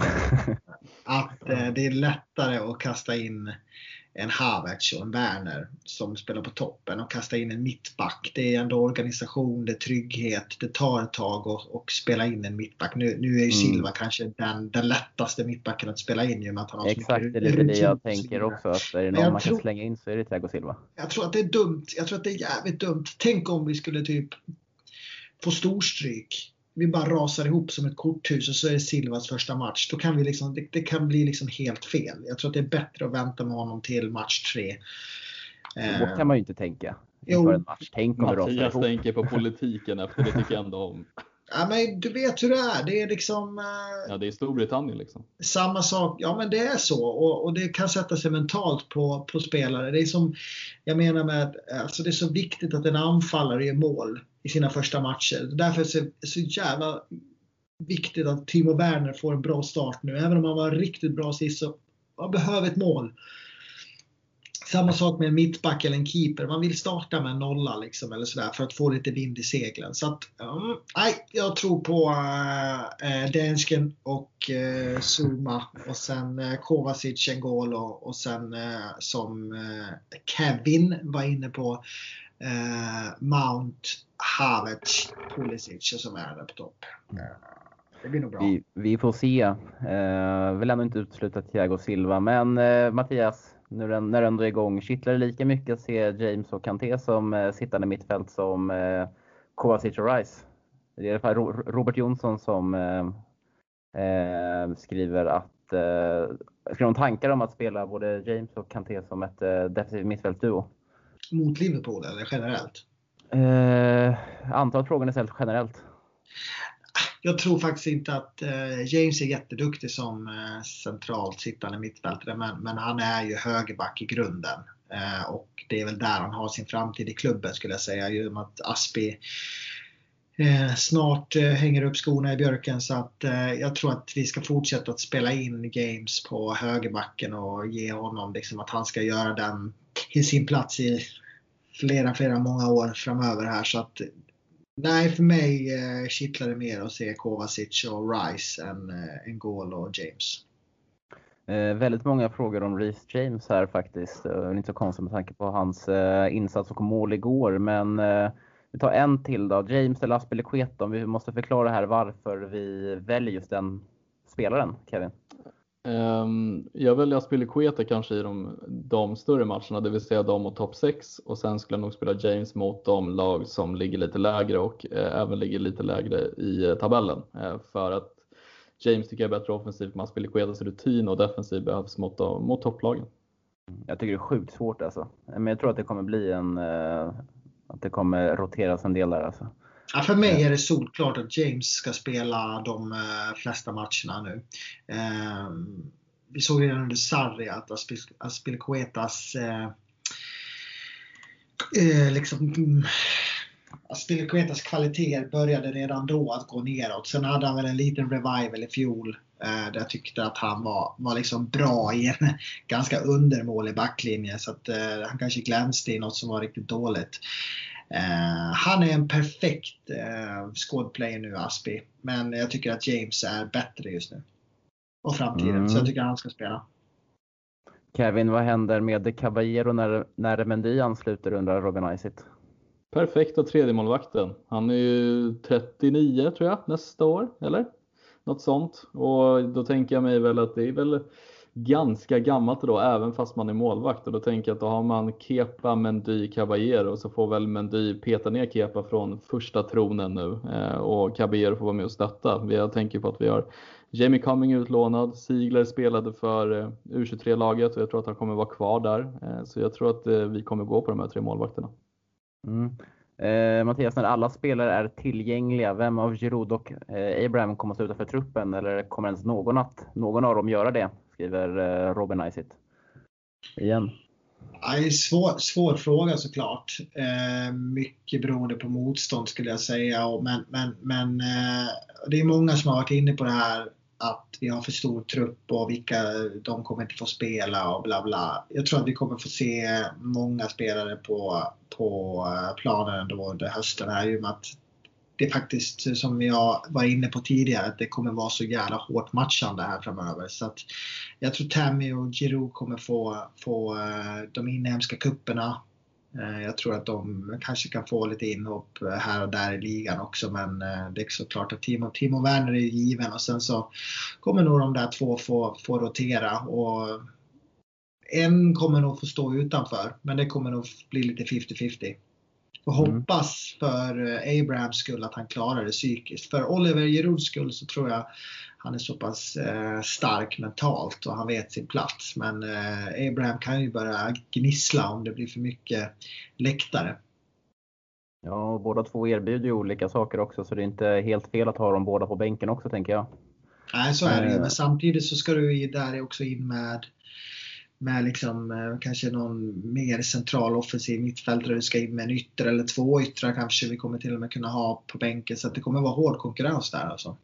Att eh, det är lättare att kasta in en Havertz och en Werner som spelar på toppen och kasta in en mittback. Det är ändå organisation, det är trygghet, det tar ett tag och, och spela in en mittback. Nu, nu är ju Silva mm. kanske den, den lättaste mittbacken att spela in. Ju med att han har exakt, det är lite det jag tänker också. Att är det någon man tror, kan slänga in så är det Thiago Silva. Jag tror att det är dumt. Jag tror att det är jävligt dumt. Tänk om vi skulle typ få storstryk. Vi bara rasar ihop som ett korthus och så är det Silvas första match. Då kan vi liksom, det, det kan bli liksom helt fel. Jag tror att det är bättre att vänta med honom till match tre. Så kan man ju inte tänka. Jo. En match. Tänk om Mattias tänker på politiken efter det tycker jag ändå om. Ja, men du vet hur det är. Det är liksom... Uh, ja, det är Storbritannien liksom. Samma sak. Ja, men det är så. Och, och det kan sätta sig mentalt på, på spelare. Det är som, jag menar med, alltså det är så viktigt att en anfallare gör mål i sina första matcher. Därför är det så jävla viktigt att Timo Werner får en bra start nu. Även om han var riktigt bra sist så man behöver ett mål. Samma sak med en mittback eller en keeper. Man vill starta med en nolla liksom, eller sådär, för att få lite vind i seglen. Så att, um, nej, jag tror på uh, Dansken och uh, Zuma. Och sen uh, Kovacic, N'Golo. Och sen uh, som uh, Kevin var inne på uh, Mount, Havertz, Pulisic och så är det på topp. Uh, det blir nog bra. Vi, vi får se. Uh, vill ändå inte utesluta Thiago Silva. Men uh, Mattias, nu när det ändå är igång, kittlar det lika mycket att se James och Kanté som eh, sittande mittfält som eh, Kovacic och Rice? Det är i alla fall Robert Jonsson som eh, eh, skriver att eh, skriver om tankar om att spela både James och Kanté som ett eh, defensivt mittfältduo. Mot Liverpool eller generellt? Eh, antal frågan är ställt generellt. Jag tror faktiskt inte att eh, James är jätteduktig som eh, centralt sittande mittfältare, men, men han är ju högerback i grunden. Eh, och det är väl där han har sin framtid i klubben skulle jag säga. Ju med att Aspi eh, snart eh, hänger upp skorna i björken. Så att eh, jag tror att vi ska fortsätta att spela in James på högerbacken och ge honom liksom att han ska göra den i sin plats i flera, flera många år framöver här. Så att nej, för mig eh, kittlar det mer att se Kovacic och Rice än eh, N'Golo och James. Eh, väldigt många frågor om Reece James här faktiskt. Eh, inte så konstigt med tanke på hans eh, insats och mål igår. Men eh, vi tar en till då. James eller Azpilicueta. Vi måste förklara här varför vi väljer just den spelaren, Kevin. Um, jag väljer Azpilicueta kanske i de, de större matcherna, det vill säga de mot topp sex. Och sen skulle jag nog spela James mot de lag som ligger lite lägre och eh, även ligger lite lägre i eh, tabellen. Eh, för att James tycker jag är bättre offensivt med Azpilicuetas rutin och defensiv behövs mot, mot topplagen. Jag tycker det är sjukt svårt alltså. Men jag tror att det kommer bli en... Eh, att det kommer roteras en del där alltså. Ja, för mig är det solklart att James ska spela de eh, flesta matcherna nu. Eh, vi såg redan under Sarri att Azpilicuetas eh, eh, liksom... Azpilicuetas kvaliteter började redan då att gå neråt. Sen hade han väl en liten revival i fjol. Eh, där jag tyckte att han var, var liksom bra i en ganska undermålig backlinje. Så att eh, han kanske glänste i något som var riktigt dåligt. Eh, han är en perfekt eh, skådplayer nu, Aspi. Men jag tycker att James är bättre just nu. Och framtiden. Mm. Så jag tycker att han ska spela. Kevin, vad händer med Caballero när, när Mendy ansluter, undrar Robin Isitt? Perfekta tredje målvakten. Han är ju trettionio tror jag nästa år, eller? Något sånt. Och då tänker jag mig väl att det är väl ganska gammalt då, även fast man är målvakt. Och då tänker jag att då har man Kepa, Mendy, Caballero. Så får väl Mendy peta ner Kepa från första tronen nu. Eh, och Caballero får vara med och stötta. Jag tänker på att vi har Jamie Cumming utlånad. Ziegler spelade för eh, U tjugotre-laget och jag tror att han kommer vara kvar där. Eh, så jag tror att eh, vi kommer gå på de här tre målvakterna. Mm. Eh, Mattias, när alla spelare är tillgängliga, vem av Giroud och eh, Abraham kommer att sluta för truppen? Eller kommer ens någon, att, någon av dem göra det? Skriver eh, Robin Isitt. Igen. Ja, det är svår, svår fråga såklart. Eh, mycket beroende på motstånd skulle jag säga. Men, men, men eh, det är många som har varit inne på det här att vi har för stor trupp och vilka de kommer inte få spela och bla bla. Jag tror att vi kommer få se många spelare på, på planen ändå under hösten här, i och med att det är faktiskt, som jag var inne på tidigare, att det kommer vara så jävla hårt matchande här framöver. Så att jag tror Tammy och Giroud kommer få, få de inhemska kupperna. Jag tror att de kanske kan få lite inhopp här och där i ligan också, men det är såklart att Timo, Timo Werner är given och sen så kommer nog de där två få, få rotera och en kommer nog få stå utanför, men det kommer nog bli lite femtio femtio. Och Mm. hoppas för Abrahams skull att han klarar det psykiskt. För Oliver Girouds skull så tror jag han är så pass eh, stark mentalt och han vet sin plats. Men eh, Abraham kan ju börja gnissla om det blir för mycket läktare. Ja, och båda två erbjuder ju olika saker också, så det är inte helt fel att ha dem båda på bänken också, tänker jag. Nej, så är det ju. Eh. Men samtidigt så ska du ju där också in med med liksom, eh, kanske någon mer central offensiv mittfältare. Du ska in med en ytter eller två yttrar kanske vi kommer till och med kunna ha på bänken. Så att det kommer vara hård konkurrens där alltså.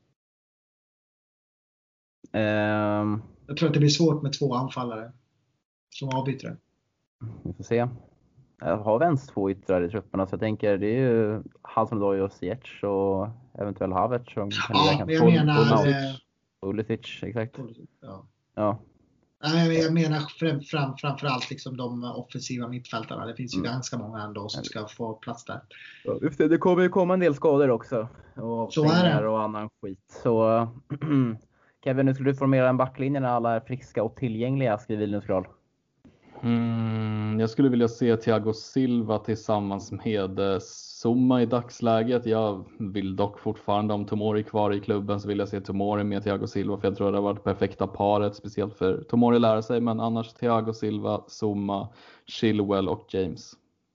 Um, Jag tror att det blir svårt med två anfallare som avbytare. Vi får se. Jag har vi ens två yttrar i trupperna, så jag tänker det är ju Hudson-Odoi och Ziyech och eventuell Havertz som kan Ja, räkna men jag menar... Eh, Pulisic, exakt. Ja. Ja. Nej, jag menar fram, fram, framförallt liksom de offensiva mittfältarna. Det finns ju Mm. ganska många ändå som ska få plats där. Ja, just det, det kommer ju komma en del skador också. Och Så är det. och annan skit. Så Kevin, nu skulle du formera en backlinje när alla är friska och tillgängliga, skriver Linus Kral. Mm, jag skulle vilja se Thiago Silva tillsammans med Zuma i dagsläget. Jag vill dock fortfarande, om Tomori är kvar i klubben, så vill jag se Tomori med Thiago Silva, för jag tror att det har varit perfekta paret, speciellt för Tomori lära sig, men annars Thiago Silva, Zuma, Chilwell och James.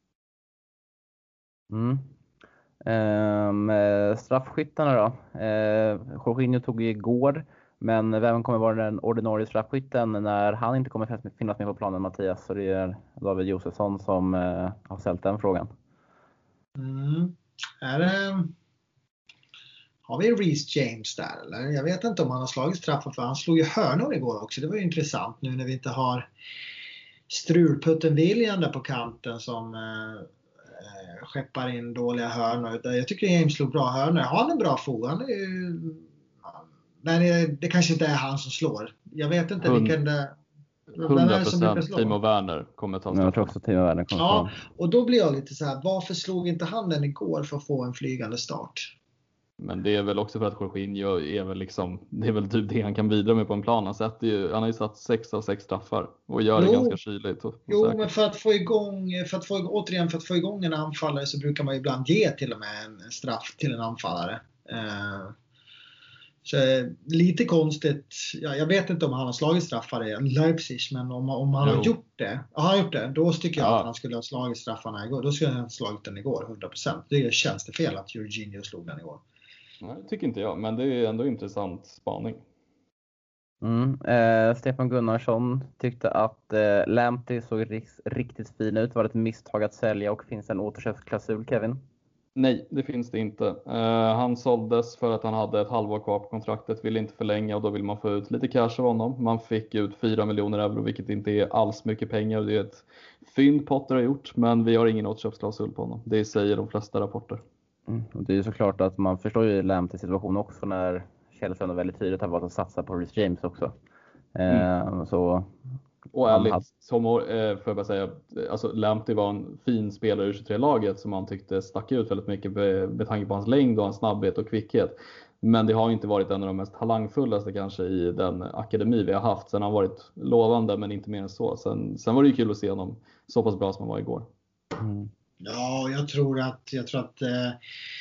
Mm. Ehm, straffskyttarna då. Ehm, Jorginho tog ju igår, men vem kommer vara den ordinarie straffskytten när han inte kommer finnas med på planen, Mattias? Så det är David Josefsson som eh, har ställt den frågan. Mm. Är det... Har vi Reece James där eller? Jag vet inte om han har slagit straffar, för han slog ju hörnor igår också. Det var ju intressant nu när vi inte har strulputten William där på kanten som eh, skeppar in dåliga hörnor. Jag tycker James slog bra hörnor. Har han en bra fot? Han är ju nej, det kanske inte är han som slår. Jag vet inte Hund, vilken det hundra procent Timo Werner kommer ta straffen. Jag tror också Timo Werner kommer ja, ta. Och då blir jag lite så här, varför slog inte han den igår för att få en flygande start? Men det är väl också för att Jorginho är väl liksom, det är väl typ det han kan bidra med på en plan. Han, sätter ju, han har ju satt sex av sex straffar och gör jo, det ganska kyligt. Och, och jo, säkert. Men för att få igång, för att få, återigen för att få igång en anfallare så brukar man ibland ge till och med en straff till en anfallare. Uh, så lite konstigt. Ja, jag vet inte om han har slagit straffar i Leipzig, men om, om han jo. har gjort det, ja, han har gjort det, då tycker jag ja. att han skulle ha slagit straffarna igår. Då skulle han ha slagit den igår, hundra procent. Det känns det fel att Jorginho slog den igår. Nej, det tycker inte jag, men det är ändå intressant spaning. Mm. Eh, Stefan Gunnarsson tyckte att eh, Lamptey såg rikt, riktigt fin ut. Var det ett misstag att sälja och finns det en återköpsklausul, Kevin? Nej, det finns det inte. Eh, han såldes för att han hade ett halvår kvar på kontraktet, ville inte förlänga och då vill man få ut lite cash av honom. Man fick ut fyra miljoner euro, vilket inte är alls mycket pengar. Det är ett fynd Potter har gjort, men vi har ingen återköpsklausul på honom. Det säger de flesta rapporter. Mm. Och det är ju såklart att man förstår ju Lampteys situation också när Chelsea har väldigt tydligt har varit att satsa på Reece James också. Mm. Eh, så, och ärligt, hade... som, eh, får jag bara säga, alltså Lamptey var en fin spelare i tjugotre-laget som man tyckte stack ut väldigt mycket med, med tanke på hans längd och hans snabbhet och kvickhet. Men det har inte varit en av de mest talangfullaste kanske i den akademi vi har haft. Sen har han varit lovande, men inte mer än så. Sen, sen var det ju kul att se honom så pass bra som han var igår. Mm. Ja, jag tror att, jag tror att eh,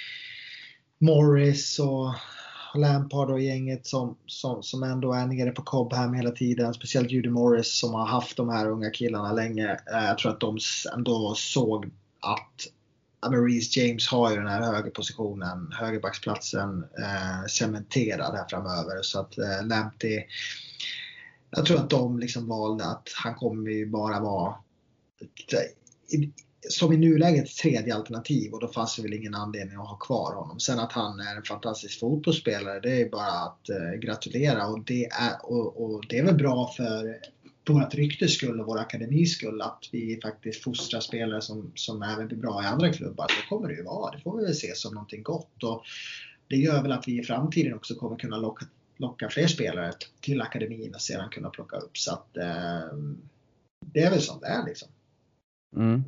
Morris och Lampard och gänget som, som, som ändå är nere på Cobham hela tiden, speciellt Judy Morris som har haft de här unga killarna länge. Eh, jag tror att de ändå såg att Reece James har ju den här högerpositionen, högerbacksplatsen eh, cementerad här framöver. Så att eh, Lamptey, jag tror att de liksom valde att han kommer ju bara vara i, som i nuläget tredje alternativ och då fanns det väl ingen anledning att ha kvar honom. Sen att han är en fantastisk fotbollsspelare, det är bara att eh, gratulera och det, är, och, och det är väl bra för vårt ryktes skull och vår akademis skull att vi faktiskt fostrar spelare som, som även blir bra i andra klubbar. Så kommer det ju vara, det får vi väl se som någonting gott och det gör väl att vi i framtiden också kommer kunna locka, locka fler spelare till akademin och sedan kunna plocka upp. Så att eh, det är väl som det är liksom. Mm.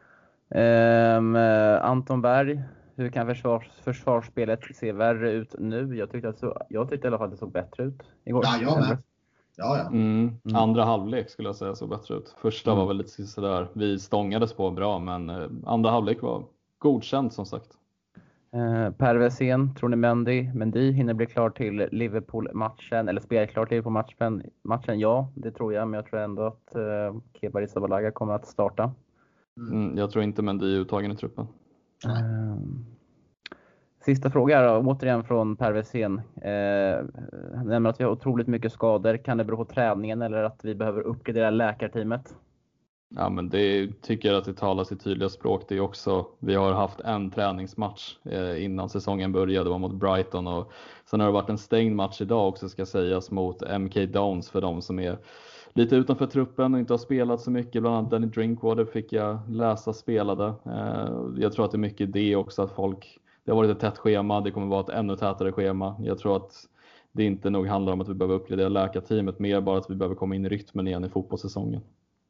Um, Anton Berg, hur kan försvars, försvarsspelet se värre ut nu? Jag tyckte, att så, jag tyckte i alla fall att det såg bättre ut igår. Ja, jag med. Ja, ja. Mm. Mm. Andra halvlek skulle jag säga såg bättre ut. Första mm. var väl lite sådär, vi stångades på bra, men eh, andra halvlek var godkänt som sagt. Uh, Per Wessén, tror ni Mendy, Mendy hinner bli klar till Liverpool-matchen eller spelar klart till Liverpool-matchen? Matchen, ja, det tror jag, men jag tror ändå att uh, Kepa Arrizabalaga kommer att starta. Mm, jag tror inte Mendy är uttagen i truppen. Uh, sista fråga då, återigen från Per Wessén. Uh, nämner att vi har otroligt mycket skador. Kan det bero på träningen eller att vi behöver uppgradera läkarteamet? Ja, men det tycker jag att det talar sitt tydliga språk. Det är också, vi har haft en träningsmatch eh, innan säsongen började, det var mot Brighton och sen har det varit en stängd match idag också ska sägas mot M K Dons för de som är lite utanför truppen och inte har spelat så mycket. Bland annat Danny Drinkwater fick jag läsa spelade. Eh, jag tror att det är mycket det också att folk, det har varit ett tätt schema, det kommer vara ett ännu tätare schema. Jag tror att det inte nog handlar om att vi behöver uppgradera läkarteamet, mer bara att vi behöver komma in i rytmen igen i fotbollssäsongen.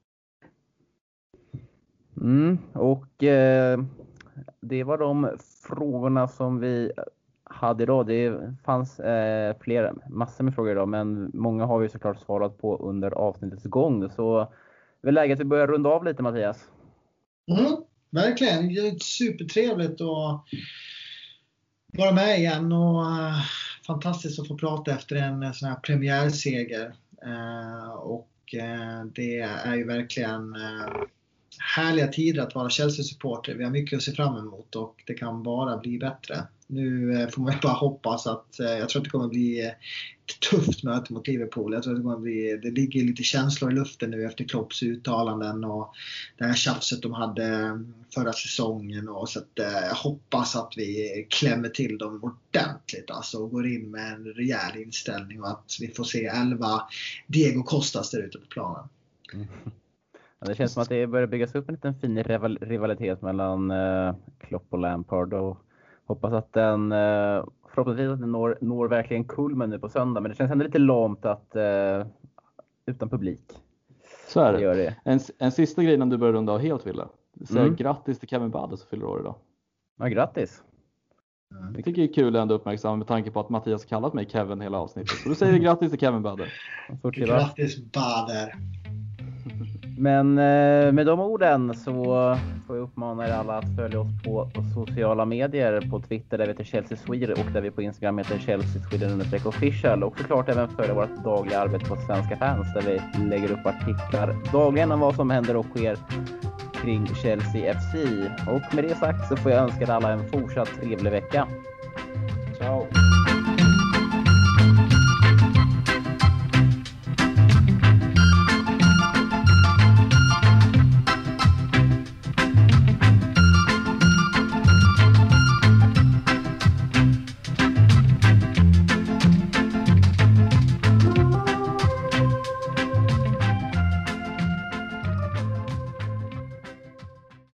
Mm, och eh, det var de frågorna som vi hade idag. Det fanns eh, fler, massor med frågor idag, men många har vi såklart svarat på under avsnittets gång. Så det är läge att vi börjar runda av lite, Mattias. Mm, verkligen, det är supertrevligt att vara med igen och uh, fantastiskt att få prata efter en sån här premiärseger. Uh, och uh, det är ju verkligen uh, härliga tider att vara Chelsea-supporter. Vi har mycket att se fram emot och det kan bara bli bättre. Nu får man bara hoppas att, jag tror att det kommer bli ett tufft möte mot Liverpool. Jag tror att det kommer bli, det ligger lite känslor i luften nu efter Klopps uttalanden och det här tjafset de hade förra säsongen. Och så att jag hoppas att vi klämmer till dem ordentligt alltså, och går in med en rejäl inställning och att vi får se elva Diego Costas där ute på planen. Mm. Ja, det känns som att det börjar byggas upp en liten fin rival- rivalitet mellan uh, Klopp och Lampard och Hoppas att den eh, förhoppningsvis att den når, når verkligen kulmen nu på söndag. Men det känns ändå lite lamt att eh, utan publik. Så är det. det, gör det. En, en sista grej innan du börjar runda av helt, Wille. Säg Mm. grattis till Kevin Bader som fyller år idag. Ja, grattis. Jag tycker det är kul att ändå uppmärksamma med tanke på att Mattias har kallat mig Kevin hela avsnittet. Så då säger vi grattis till Kevin Bader. Grattis Bader. Men eh, med de orden så får jag uppmana er alla att följa oss på, på sociala medier. På Twitter där vi heter Chelsea Sweden och där vi på Instagram heter Chelsea Sweden understreck official. Och såklart även följa vårt dagliga arbete på Svenska Fans där vi lägger upp artiklar dagligen om vad som händer och sker kring Chelsea F C. Och med det sagt så får jag önska er alla en fortsatt trevlig vecka. Ciao!